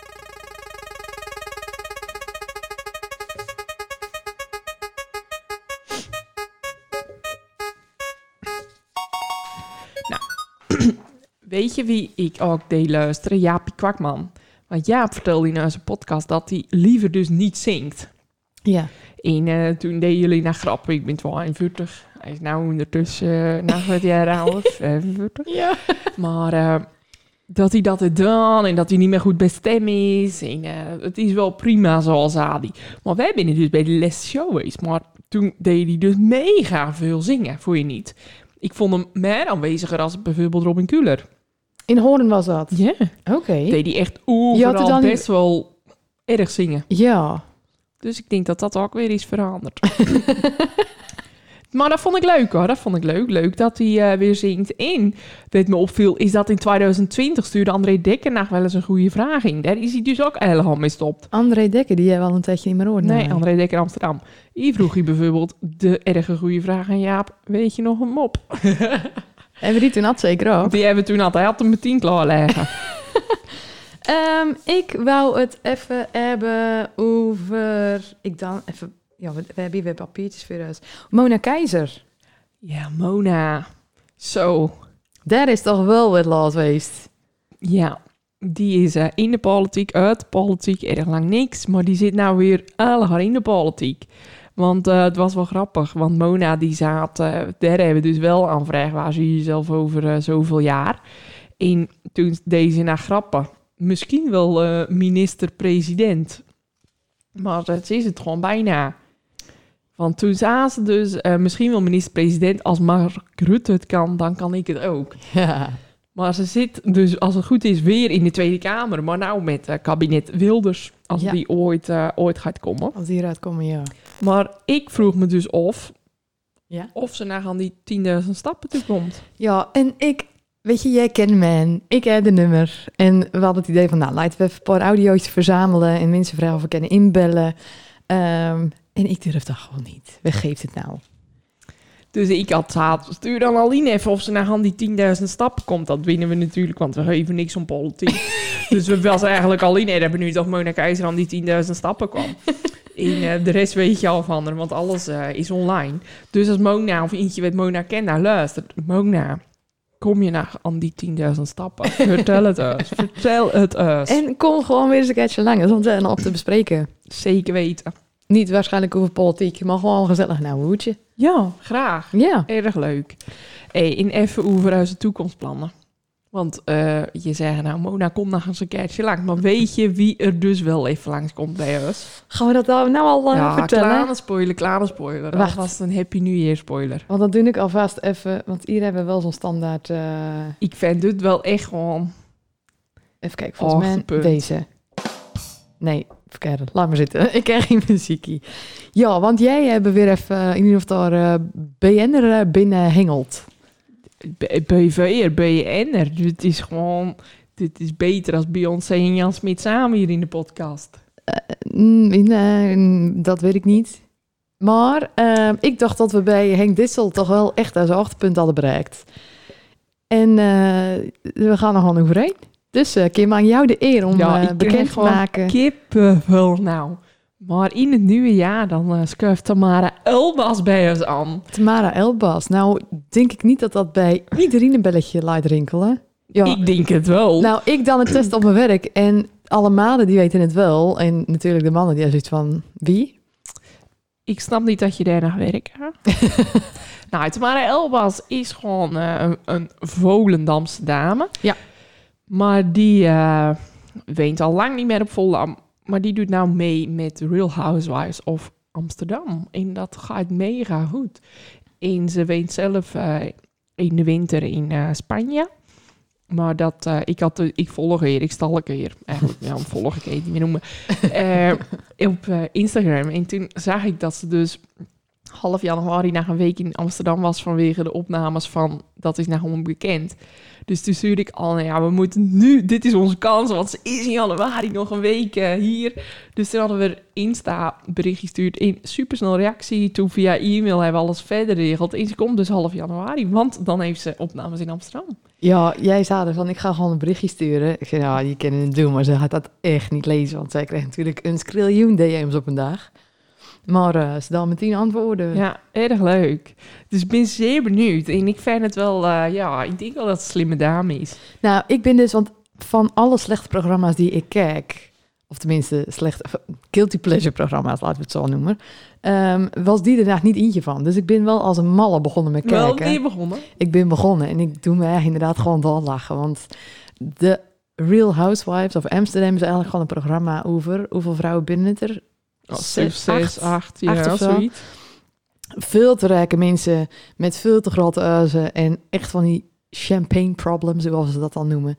Weet je wie ik ook deed luisteren? Jaapie Kwakman. Want Jaap vertelde in onze podcast dat hij liever dus niet zingt. Ja. En uh, toen deden jullie naar grappen. Ik ben tweeënveertig. Hij is nu ondertussen uh, na het jaar ouder, vijfenveertig. Ja. Maar uh, dat hij dat heeft gedaan en dat hij niet meer goed bij stem is. En uh, het is wel prima zoals Adi. Maar wij zijn dus bij de les show geweest. Maar toen deed hij dus mega veel zingen, vond je niet? Ik vond hem meer aanweziger als bijvoorbeeld Robin Kuller. In Hoorn was dat? Ja. Oké. Okay. Deed hij echt overal dan... best wel erg zingen. Ja. Dus ik denk dat dat ook weer is veranderd. Maar dat vond ik leuk hoor, dat vond ik leuk. Leuk dat hij uh, weer zingt. En wat me opviel is dat in twintig twintig stuurde André Dekker nog wel eens een goede vraag in. Daar is hij dus ook helemaal mee gestopt. André Dekker, die jij wel een tijdje niet meer hoort. Nee, André Dekker Amsterdam. Hier vroeg hij bijvoorbeeld de erge goede vraag aan Jaap. Weet je nog een mop? Hebben we die toen had zeker ook? Die hebben we toen had. Hij had hem meteen klaarleggen. um, ik wou het even hebben over... Ik dan even... Ja, we, we hebben hier weer papiertjes voor ons. Mona Keizer. Ja, Mona. Zo. Daar is toch wel wat laat geweest. Ja, die is uh, in de politiek, uit de politiek, erg lang niks. Maar die zit nou weer allemaal in de politiek. Want uh, het was wel grappig. Want Mona die zat, uh, daar hebben we dus wel aan vragen waar ze jezelf over uh, zoveel jaar. En toen deed ze naar grappen. Misschien wel uh, minister-president. Maar dat is het gewoon bijna. Want toen zaten ze dus uh, misschien wel minister-president. Als Mark Rutte het kan, dan kan ik het ook. Ja. Maar ze zit dus, als het goed is, weer in de Tweede Kamer. Maar nou met uh, kabinet Wilders, als ja. die ooit, uh, ooit gaat komen. Als die eruit komen, ja. Maar ik vroeg me dus af, ja? of ze naar aan die tienduizend stappen toe komt. Ja, en ik... Weet je, jij kent me, ik heb de nummer. En we hadden het idee van, nou, laten we even een paar audio's verzamelen en mensen vragen of we kunnen inbellen. Um, en ik durf dat gewoon niet. Wie geeft het nou? Dus ik had gehad, stuur dan Aline even of ze naar aan die tienduizend stappen komt. Dat winnen we natuurlijk, want we geven niks om politiek. Dus we was eigenlijk Aline, hebben nu toch Mona Keizer aan die tienduizend stappen kwam. En uh, de rest weet je al van haar, want alles uh, is online. Dus als Mona of eentje met Mona kent, nou luistert, Mona... Kom je naar aan die tienduizend stappen? Vertel het eens. Vertel het eens. En kom gewoon weer eens een keertje langer, want we zijn op te bespreken. Zeker weten. Niet waarschijnlijk over politiek, maar gewoon gezellig naar een hoedje. Ja, graag. Ja. Erg leuk. Hey, en even over onze toekomstplannen. Want uh, je zegt, nou Mona, kom nog eens een keertje langs. Maar weet je wie er dus wel even langskomt bij ons? Gaan we dat nou al uh, ja, vertellen? Ja, kleine spoiler, kleine spoiler. Wacht. Alvast een Happy New Year spoiler. Want dat doe ik alvast even, want hier hebben we wel zo'n standaard... Uh... Ik vind dit wel echt gewoon... Even kijken, volgens mij punt. deze. Nee, verkeerde. Laat maar zitten. Ik krijg geen muziekie. Ja, want jij hebt weer even uh, in ieder geval uh, B N'er binnen hengeld. B V R, B N R. Dit is gewoon... Dit is beter als Beyoncé en Jan Smit samen hier in de podcast. Uh, nee, dat weet ik niet. Maar uh, ik dacht dat we bij Henk Dissel toch wel echt zijn hoogtepunt hadden bereikt. En uh, we gaan er gewoon overheen. Dus uh, Kim, aan jou de eer om ja, uh, bekend te maken. Kippenvel nou. Maar in het nieuwe jaar dan uh, schuift Tamara Elbas bij ons aan. Tamara Elbas. Nou, denk ik niet dat dat bij iedereen een belletje laat rinkelen. Ja. Ik denk het wel. Nou, ik dan het test op mijn werk. En alle mannen die weten het wel. En natuurlijk de mannen die hebben zoiets van, wie? Ik snap niet dat je daar nog werkt. Nou, Tamara Elbas is gewoon uh, een, een Volendamse dame. Ja. Maar die uh, woont al lang niet meer op Volendam. Maar die doet nou mee met Real Housewives of Amsterdam. En dat gaat mega goed. En ze woont zelf uh, in de winter in uh, Spanje. Maar dat, uh, ik, had, ik volg hier, ik stalk hier. Eigenlijk, ja, volg ik het niet meer noemen. Uh, op uh, Instagram. En toen zag ik dat ze dus half januari na een week in Amsterdam was vanwege de opnames van Dat is nou onbekend. Dus toen stuurde ik al, nou ja, we moeten nu, dit is onze kans, want ze is in januari nog een week uh, hier. Dus toen hadden we Insta bericht gestuurd in supersnel reactie. Toen via e-mail hebben we alles verder geregeld. En ze komt dus half januari, want dan heeft ze opnames in Amsterdam. Ja, jij zei ervan, ik ga gewoon een berichtje sturen. Ik zei, ja, je kan het doen, maar ze gaat dat echt niet lezen. Want zij kreeg natuurlijk een skriljoen D M's op een dag. Maar uh, ze dan meteen antwoorden. Ja, erg leuk. Dus ik ben zeer benieuwd. En ik vind het wel, uh, ja, ik denk wel dat het een slimme dame is. Nou, ik ben dus, want van alle slechte programma's die ik kijk, of tenminste slechte, guilty pleasure programma's, laten we het zo noemen, um, was die er daar niet eentje van. Dus ik ben wel als een malle begonnen met kijken. Wel die begonnen? Ik ben begonnen en ik doe me eigenlijk inderdaad gewoon doorlachen. Want de Real Housewives of Amsterdam is eigenlijk gewoon een programma over hoeveel vrouwen binnen het er? Oh, zes, zes, acht, ja, acht of zo. Zoiets. Veel te rijke mensen met veel te grote huizen en echt van die champagne problems, zoals ze dat dan noemen.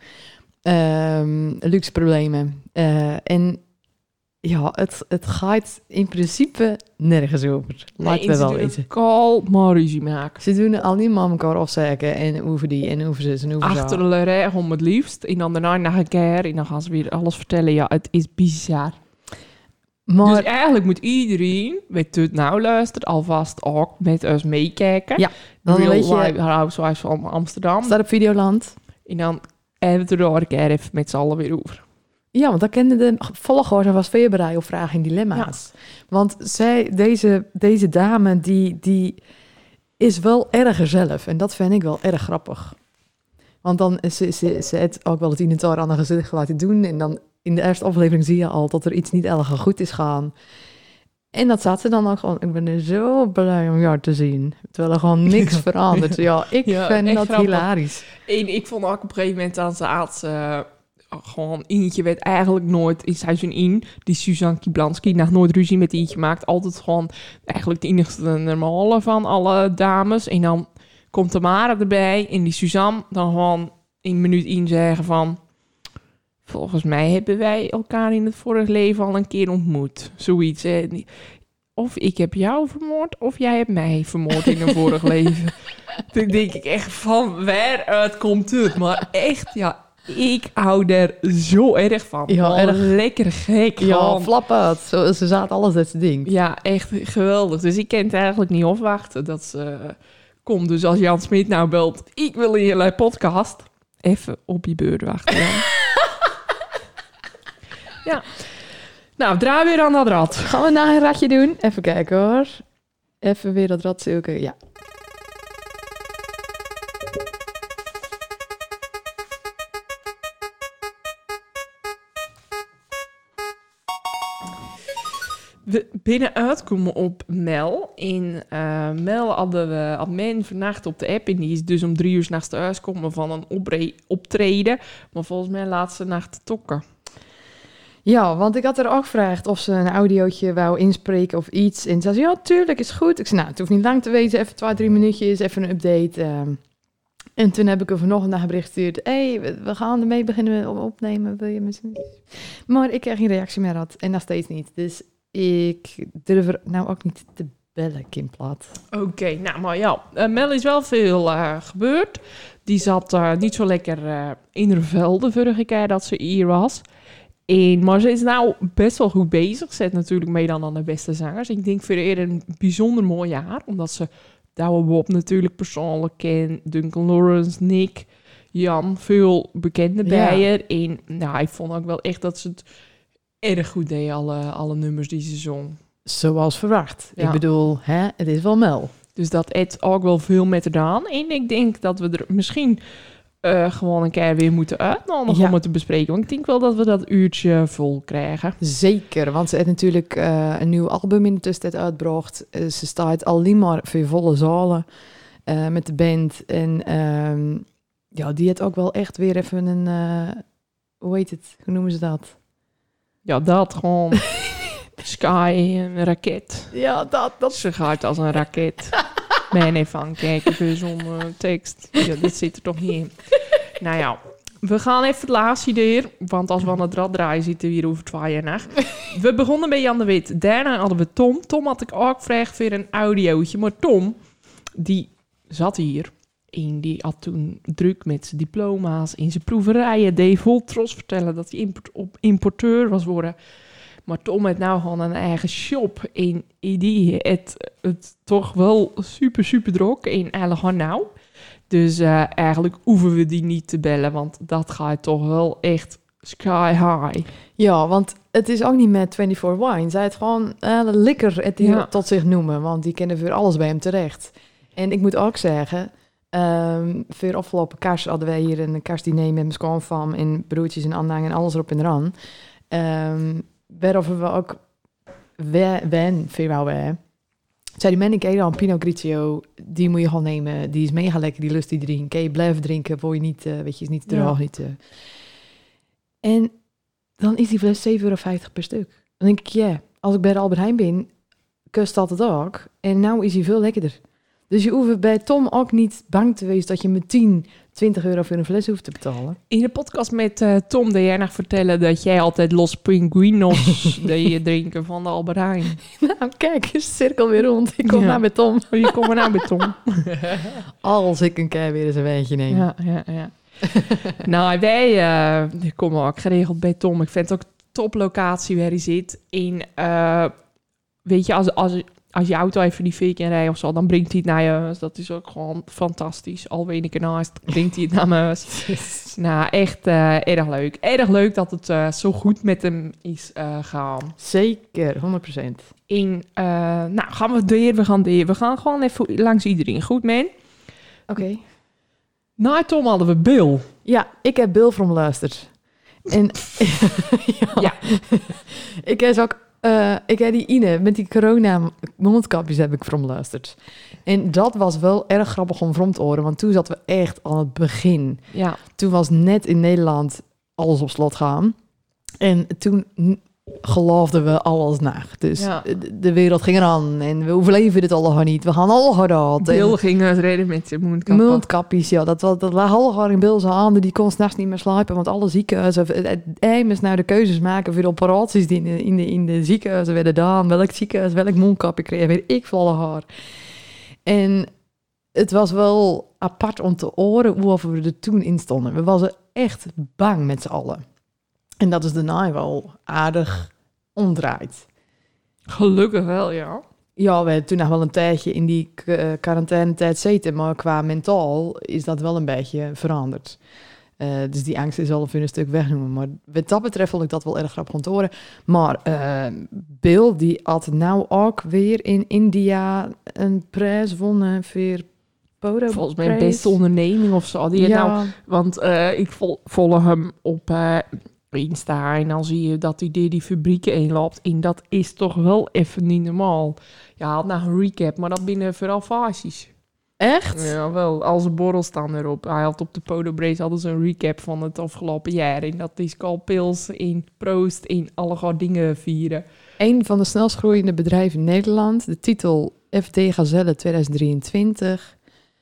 Um, luxe problemen. Uh, en ja, het, het gaat in principe nergens over. Laten we wel weten. Kal maar ruzie maken. Ze doen alleen maar elkaar afzeiken en over die en over zus en over zo. Achter de rij om het liefst. En dan daarna nog een keer en dan gaan ze weer alles vertellen. Ja, het is bizar. Maar, dus eigenlijk moet iedereen, weet het nou luistert, alvast ook met ons meekijken. Ja, dan Real weet je, Life Housewives van Amsterdam. Staat op Videoland. En dan hebben we er een keer even met z'n allen weer over. Ja, want dan kenden de volgers was voorbereid op vragen en dilemma's. Ja. Want zij, deze, deze dame, die, die is wel erg zelf. En dat vind ik wel erg grappig. Want dan is ze, ze, ze het ook wel het in het oor aan een gezicht laten doen. En dan in de eerste aflevering zie je al dat er iets niet erg goed is gaan. En dat zat ze dan ook gewoon. Ik ben er zo blij om jou te zien. Terwijl er gewoon niks verandert. Ja, ik ja, vind dat grappig. Hilarisch. En ik vond ook op een gegeven moment aan ze aard, uh, gewoon Ientje werd eigenlijk nooit in seizoen één. Die Suzanne Kiblanski nog nooit ruzie met Ientje maakt. Altijd gewoon eigenlijk de enigste normale van alle dames. En dan komt Tamara erbij. En die Suzanne dan gewoon in minuut één zeggen van... Volgens mij hebben wij elkaar in het vorige leven al een keer ontmoet. Zoiets. Hè. Of ik heb jou vermoord, of jij hebt mij vermoord in een vorig leven. Toen denk ik echt van, waaruit komt het? Maar echt, ja, ik hou er zo erg van. Ja, erg lekker gek. Ja, gewoon. flappend. Zo, ze zaten alles dat ze ding. Ja, echt geweldig. Dus ik kan het eigenlijk niet afwachten dat ze uh, komt. Dus als Jan Smit nou belt, ik wil in jullie podcast, even op je beurt wachten dan. Ja. Nou, draai weer aan dat rad. Gaan we nou een radje doen? Even kijken hoor. Even weer dat rad zoeken. Ja. we binnen uitkomen op Mel. In uh, Mel hadden we had men vannacht op de app. En die is dus om drie uur 's nachts thuis komen van een opre- optreden. Maar volgens mij laatste nacht tokken. Ja, want ik had er ook gevraagd of ze een audiootje wou inspreken of iets. En ze zei, ja, tuurlijk, is goed. Ik zei, nou, het hoeft niet lang te weten. Even twee, drie minuutjes, even een update. Um, en toen heb ik er vanochtend naar een bericht gestuurd. Hé, hey, we gaan ermee beginnen op opnemen. Wil je misschien? Maar ik kreeg geen reactie meer had. En nog steeds niet. Dus ik durf er nou ook niet te bellen, Kim Plat. Oké, okay, nou, maar ja. Uh, Mel is wel veel uh, gebeurd. Die zat uh, niet zo lekker uh, in haar vel de vorige keer dat ze hier was. En, maar ze is nou best wel goed bezig. Zet natuurlijk mee dan aan de beste zangers. Ik denk voor eerder een bijzonder mooi jaar. Omdat ze Douwe Bob natuurlijk persoonlijk kent. Duncan Lawrence, Nick, Jan. Veel bekende bij Ja. haar. En nou, ik vond ook wel echt dat ze het erg goed deed. Alle, alle nummers die ze zong. Zoals verwacht. Ja. Ik bedoel, hè, het is wel Mel. Dus dat heeft ook wel veel met gedaan. En ik denk dat we er misschien uh, gewoon een keer weer moeten uitnodigen Ja. om het te bespreken. Want ik denk wel dat we dat uurtje vol krijgen. Zeker, want ze heeft natuurlijk uh, een nieuw album in de tussentijd uitgebracht. Uh, ze staat alleen maar voor volle zalen uh, met de band. En um, ja, die heeft ook wel echt weer even een, uh, hoe heet het, hoe noemen ze dat? Ja, dat gewoon sky, een raket. Ja, dat, dat. Ze gaat als een raket. Ben even aan kijken voor zo'n uh, tekst. Ja, dit zit er toch niet in. Nou ja, we gaan even het laatste weer. Want als we aan het rad draaien, zitten we hier over twee jaar nacht. We begonnen bij Jan de Wit. Daarna hadden we Tom. Tom had ik ook gevraagd voor een audiootje. Maar Tom, die zat hier. En die had toen druk met zijn diploma's in zijn proeverijen. Deed vol trots vertellen dat hij import- op importeur was worden. Maar Tom heeft nou gewoon een eigen shop. En die het, het toch wel super, super druk. En eigenlijk gewoon nou. Dus uh, eigenlijk hoeven we die niet te bellen. Want dat gaat toch wel echt sky high. Ja, want het is ook niet met vierentwintig Wine. Zij het gewoon uh, likker het die Ja. tot zich noemen. Want die kennen voor alles bij hem terecht. En ik moet ook zeggen, um, voor afgelopen kerst hadden wij hier een kerstdiner met mijn schoonfam en broertjes en Anna en alles erop en eraan. Um, waarover we ook wen, veel wou wij. Zei die man, ik eet al een Pinot Grigio, die moet je gewoon nemen. Die is mega lekker, die lust die drinken. Kan je blijven drinken, wil je niet, uh, weet je, is niet te Ja. droog. Niet, uh. En dan is die fles zeven euro vijftig per stuk. Dan denk ik, ja, yeah, als ik bij de Albert Heijn ben, kost dat het ook. En nou is hij veel lekkerder. Dus je hoeft bij Tom ook niet bang te wezen dat je met tien, twintig euro voor een fles hoeft te betalen. In de podcast met uh, Tom deed jij nog vertellen dat jij altijd Los Pinguinos deed drinken van de Albert Heijn. Nou, kijk, is de cirkel weer rond. Ik kom Ja. nou bij Tom. Oh, je komt er nou bij Tom. Als ik een keer weer eens een wijntje neem. Ja, ja, ja. Nou, wij uh, komen ook geregeld bij Tom. Ik vind het ook een toplocatie waar hij zit. En uh, weet je, als, als, als je auto even die vier keer rijdt of zo, dan brengt hij het naar je huis. Dat is ook gewoon fantastisch. Al weet ik ernaast, brengt hij het naar mijn huis. Nou, echt uh, erg leuk. Erg leuk dat het uh, zo goed met hem is uh, gaan. Zeker, honderd procent. En uh, nou, gaan we door, we gaan door. We gaan gewoon even langs iedereen. Goed, man? Oké. Okay. Na Tom hadden we Bill. Ja, ik heb Bill from luisterd. En ja, Ja. ik heb ook, uh, ik heb die Ine met die corona mondkapjes heb ik from luisterd. En dat was wel erg grappig om from te horen, want toen zaten we echt aan het begin. Ja. Toen was net in Nederland alles op slot gaan. En toen geloofden we alles na. Dus Ja. de, de wereld ging eraan en we overleven dit allemaal niet. We gaan allemaal dood. Bill ging het redden met zijn mondkappen. Mondkapjes, ja. Dat, dat, dat lag allemaal in Bill zijn handen. Die kon s'nachts niet meer slapen, want alle ziekenhuizen... Hij moest nou de keuzes maken voor de operaties die in de, in de, in de ziekenhuizen werden gedaan. Welk ziekenhuis, welk mondkapje kreeg, weet ik veel alle haar. En het was wel apart om te horen hoe we er toen in stonden. We waren echt bang met z'n allen. En dat is daarna wel aardig omdraaid. Gelukkig wel, ja. Ja, we hebben toen nog wel een tijdje in die uh, quarantainetijd zitten, maar qua mentaal is dat wel een beetje veranderd. Uh, dus die angst is al even een stuk wegnoemen. Maar wat dat betreft vond ik dat wel erg grappig om te horen. Maar uh, Bill, die had nou ook weer in India een prijs gewonnen voor Photo. Volgens mij een beste onderneming of zo. Die ja. nou, want uh, ik vol, volg hem op uh, Insta en dan zie je dat hij die, die fabrieken inloopt. En dat is toch wel even niet normaal. Ja, had nou een recap, maar dat binnen vooral fases. Echt? Ja, wel. Al zijn borrels staan erop. Hij had op de Podobrace hadden ze een recap van het afgelopen jaar. En dat is Calpils in Proost in alle goede dingen vieren. Een van de snelst groeiende bedrijven in Nederland. De titel F D Gazelle tweeduizend drieëntwintig.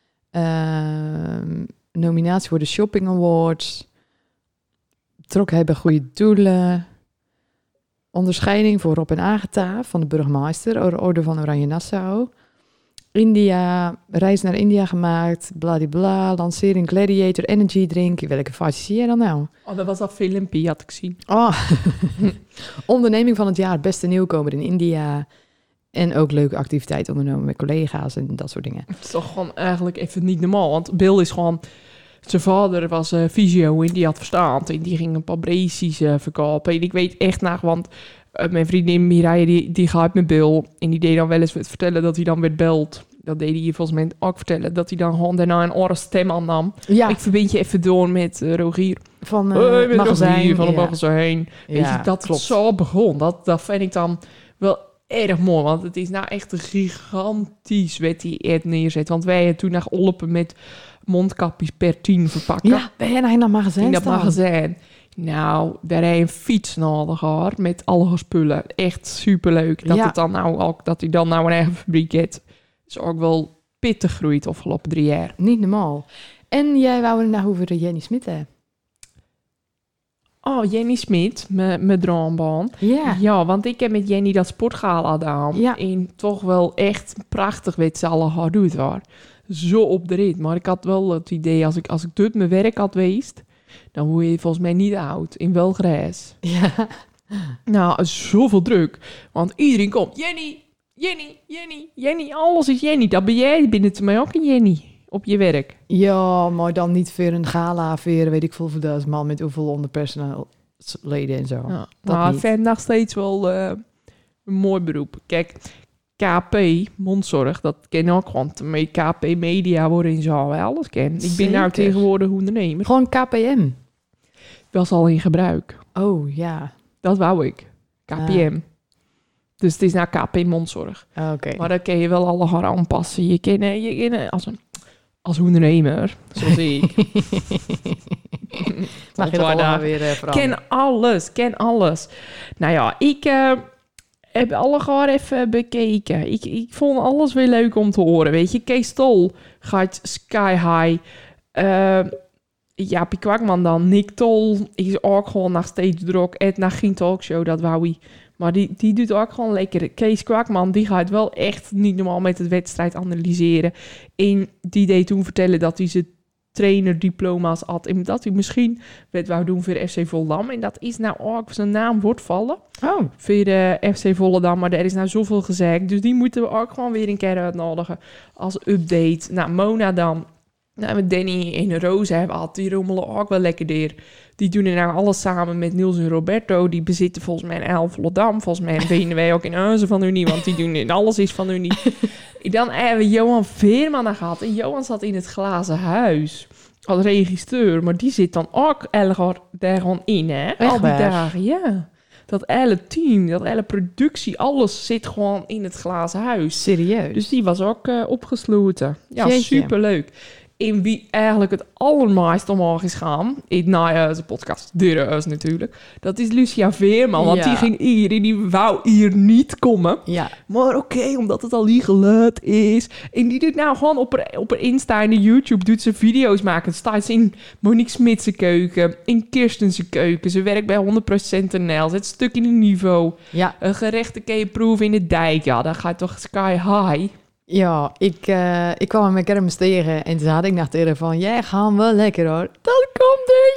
Ehm, nominatie voor de Shopping Awards. Trok hij bij goede doelen. Onderscheiding voor Rob en Agatha van de burgemeester. Orde van Oranje Nassau. India, reis naar India gemaakt. Bladibla. Lancering Gladiator Energy Drink. Welke fase zie jij dan nou? Oh, dat was dat filmpje, had ik zien. Oh. Onderneming van het jaar. Beste nieuwkomer in India. En ook leuke activiteiten ondernomen met collega's en dat soort dingen. Het is toch gewoon eigenlijk even niet normaal. Want Bill is gewoon... Zijn vader was uh, fysio en die had verstand. En die ging een paar braces uh, verkopen. En ik weet echt nog, want uh, mijn vriendin Mireille, die, die gaat met Bill. En die deed dan wel eens vertellen dat hij dan werd belt. Dat deed hij volgens mij ook vertellen. Dat hij dan gewoon daarna een oren stem aannam. Ja. Ik verbind je even door met uh, Rogier. Van uh, Hoi, met magazijn. Rogier van ja. het magazijn. Weet Ja, je, dat klopt. zo begon. Dat, dat vind ik dan wel erg mooi. Want het is nou echt een gigantisch wat hij het neerzet. Want wij hebben toen nog Olpen met mondkapjes per tien verpakken. Ja, ben jij nou in dat magazijn in dat staan? magazijn. Nou, daar heb je een fiets nodig gehad met alle spullen. Echt superleuk. Dat, Ja. het dan nou ook, dat hij dan nou een eigen fabriek heeft. Is ook wel pittig groeit de afgelopen drie jaar. Niet normaal. En jij wou het nou over Jenny Smit hebben. Oh, Jenny Smit, mijn mijn droombaan. Ja. Ja, want ik heb met Jenny dat sportgala gedaan. Ja. En toch wel echt prachtig wat ze alle hard doet waar. Zo op de rit. Maar ik had wel het idee, als ik, als ik dit mijn werk had geweest, dan word je volgens mij niet oud. In wel grijs. Ja. Nou, zoveel druk. Want iedereen komt. Jenny, Jenny, Jenny, Jenny. Alles is Jenny. Dat ben jij. Binnen mij ook een Jenny. Op je werk. Ja, maar dan niet voor een gala, voor weet ik veel voor duizend man met hoeveel onderpersoneelsleden en zo. Ja. dat Nou, ik niet. vind nog steeds wel uh, een mooi beroep. Kijk, K P, mondzorg, dat ken ik ook gewoon. Met K P Media worden en zo, wel alles ken. Ik ben nou Zeker. tegenwoordig ondernemer. Gewoon K P M. Was al in gebruik. Oh, ja. Dat wou ik. K P M. Ah. Dus het is nou K P mondzorg. Oké. Maar dan kun je wel alle haar aanpassen. Je kan, eh, je kan eh, als een als ondernemer, zoals ik. Mag je dat allemaal weer uh, veranderen? Ken alles, ken alles. Nou ja, ik uh, heb alle gewoon even bekeken. Ik, ik vond alles weer leuk om te horen. Weet je, Kees Tol gaat sky high. Uh, Jaapie Kwakman dan. Nick Tol is ook gewoon nog steeds druk. Het naar geen talkshow, dat wou hij. Maar die, die doet ook gewoon lekker. Kees Kwakman, die gaat wel echt niet normaal met het wedstrijd analyseren. En die deed toen vertellen dat hij zijn trainerdiploma's had. En dat hij misschien wat wou doen voor F C Volendam. En dat is nou ook, zijn naam wordt vallen. Oh. Voor de F C Volendam. Maar er is nou zoveel gezegd. Dus die moeten we ook gewoon weer een keer uitnodigen als update. Nou, Mona dan. Nou, met Danny en Roos hebben gehad. Die rommelen ook wel lekker door. Die doen er nou alles samen met Niels en Roberto. Die bezitten volgens mij een L Volendam. Volgens mij vinden wij ook in Huizen van Unie. Want die doen in alles is van Unie. Dan hebben we Johan Veerman nog gehad. En Johan zat in het glazen huis als regisseur. Maar die zit dan ook elke daar gewoon in, hè? Echt Al die waar? dagen, ja. Dat hele team, dat hele productie, alles zit gewoon in het glazen huis. Serieus? Dus die was ook uh, opgesloten. Ja, Jeetje. superleuk. En wie eigenlijk het allermeest omhoog is gaan, in nou, zijn podcast, Deur natuurlijk, dat is Lucia Veerman. Want Ja. die ging hier en die wou hier niet komen. Ja. Maar oké, okay, omdat het al hier geluid is. En die doet nou gewoon op haar, op haar Insta en de YouTube, doet ze video's maken. Staat ze in Monique Smitse keuken, in Kirstense keuken. Ze werkt bij honderd procent N L, zet stuk in een niveau. Ja. Een gerechte kun je proeven in de dijk. Ja, dan gaat toch sky high. Ja, ik, uh, ik kwam met kermis tegen en toen had ik nog tegen van, jij gaan wel lekker hoor. Dat komt door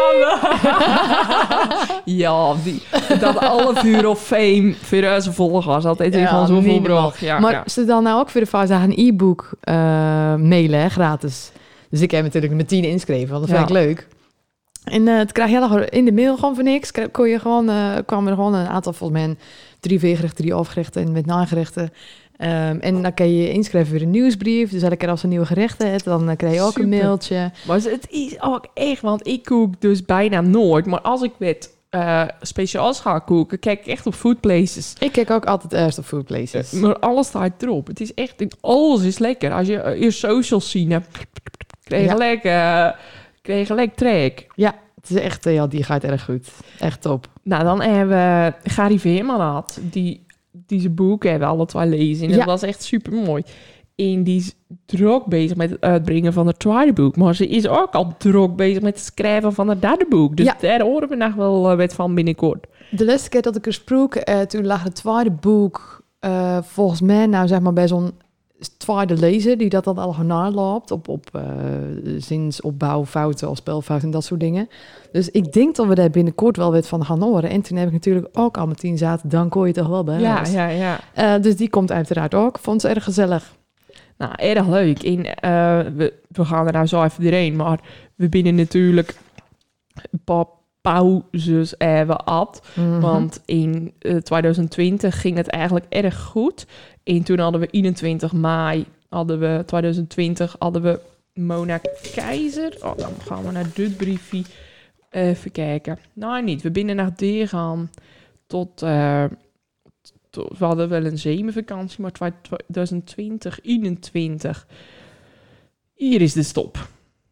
jullie. Ja, die, dat alle vuur of fame voor onze volgers altijd Ja, gewoon zoveel niet normaal. bracht. Ja, maar ja. ze dan nou ook voor de fase een e-book uh, mailen, hè, gratis. Dus ik heb natuurlijk met tien inschreven, want dat vind Ja. ik leuk. En uh, het krijg je dan in de mail gewoon voor niks. Krijg- Kon je gewoon, uh, kwamen er gewoon een aantal, volgens mij drie veergerechten, drie afgerechten en met nagerechten. Um, en dan kan je je inschrijven voor een nieuwsbrief. Dus elke keer als je nieuwe gerechten hebt, dan uh, krijg je ook Super. een mailtje. Maar het is ook echt, want ik kook dus bijna nooit. Maar als ik weet uh, speciaals gaan koken, kijk ik echt op Food Places. Ik kijk ook altijd eerst op Food Places. Uh, maar alles staat erop. Het is echt, alles is lekker. Als je uh, je socials zien hebt, krijg je Ja. lekker, uh, krijg je gelijk trek. Ja, het is echt, uh, ja, die gaat erg goed. Echt top. Nou, dan hebben we Gary Veerman gehad, die, die zijn boek hebben we alle twee lezen. En Ja. dat was echt super mooi. En die is druk bezig met het uitbrengen van het tweede boek. Maar ze is ook al druk bezig met het schrijven van het derde boek. Dus Ja. daar horen we nog wel uh, wat van binnenkort. De laatste keer dat ik er sprak, uh, toen lag het tweede boek uh, volgens mij nou zeg maar bij zo'n tweede lezer die dat dan al naloopt op, op uh, zinsopbouwfouten of spelfouten en dat soort dingen. Dus ik denk dat we daar binnenkort wel wat van gaan horen. En toen heb ik natuurlijk ook al meteen zaten, dan kon je toch wel bij Ja, huis. ja, ja. Uh, dus die komt uiteraard ook. Vond ze erg gezellig. Nou, erg leuk. En, uh, we, we gaan er nou zo even doorheen. Maar we binnen natuurlijk een paar pauzes hebben gehad. Mm-hmm. Want in uh, twintig twintig ging het eigenlijk erg goed. En toen hadden we eenentwintig mei, hadden we twintig twintig, hadden we Mona Keizer. Oh, dan gaan we naar dit briefje. Even kijken. Nou, niet. We binnen naar D gaan tot... Uh, tot we hadden wel een zomervakantie, maar twintig twintig, eenentwintig. Hier is de stop.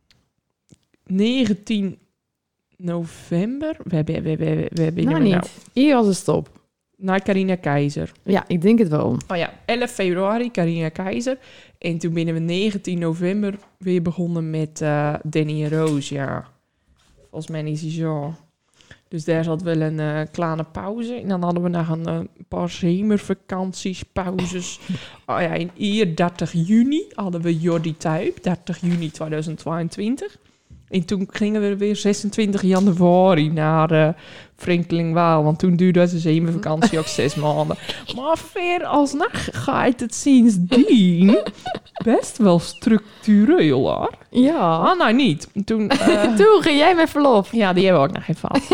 negentien november. We hebben, we hebben, we hebben Nou niet. Nou. Hier was het stop. Naar Carina Keizer. Ja, ik denk het wel. Oh ja, elf februari, Carina Keizer. En toen binnen we negentien november weer begonnen met uh, Danny en Roos, ja. Volgens mij is hij zo. Dus daar zat wel een uh, kleine pauze. En dan hadden we nog een uh, paar zomervakanties, pauzes. Oh ja, en hier dertig juni hadden we Jordi Tuyp, dertig juni tweeduizend tweeëntwintig. En toen gingen we weer zesentwintig januari naar uh, Frenkelingwaal. Want toen duurde de zomervakantie ook zes maanden. Maar ver alsnog gaat het sindsdien best wel structureel, hoor. Ja. Ah, nou niet. Toen, uh, toen ging jij met verlof. ja, die hebben we ook nog even gehad.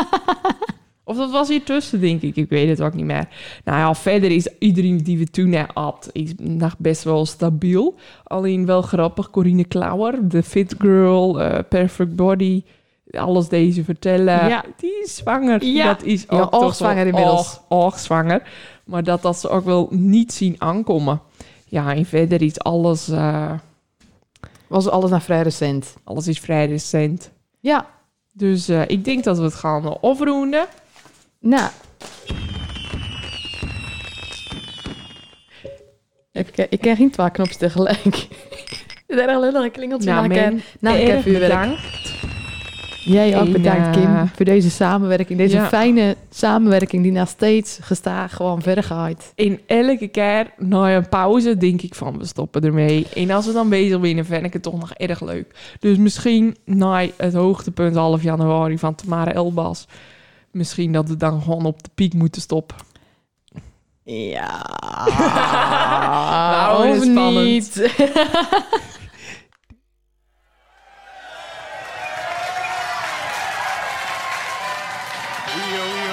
Of dat was hier tussen, denk ik. Ik weet het ook niet meer. Nou ja, verder is iedereen die we toen had, is nog best wel stabiel. Alleen wel grappig. Corine Klauwer, de fit girl, uh, perfect body. Alles deze vertellen. Ja. Die is zwanger. Ja. Dat is Ja, ook toch wel oogzwanger inmiddels. oog- oogzwanger. Maar dat dat ze ook wel niet zien aankomen. Ja, en verder is alles... Uh, Was alles naar vrij recent. alles is vrij recent. Ja. Dus uh, ik denk dat we het gaan uh, afronden. Nou. Even kijken, ik ken geen twee knopjes tegelijk. Het is erg lullig, een klingeltje Nou, na elkaar. men, Na elkaar erg vuurwerk. bedankt. Jij ook En, bedankt, uh, Kim, voor deze samenwerking. Deze ja. fijne samenwerking die nog steeds gestaag gewoon verder gaat. En elke keer na een pauze denk ik van, we stoppen ermee. En als we dan bezig zijn, vind ik het toch nog erg leuk. Dus misschien na het hoogtepunt half januari van Tamara Elbas. Misschien dat we dan gewoon op de piek moeten stoppen. Ja. Nou, dat is of spannend. niet. Yo,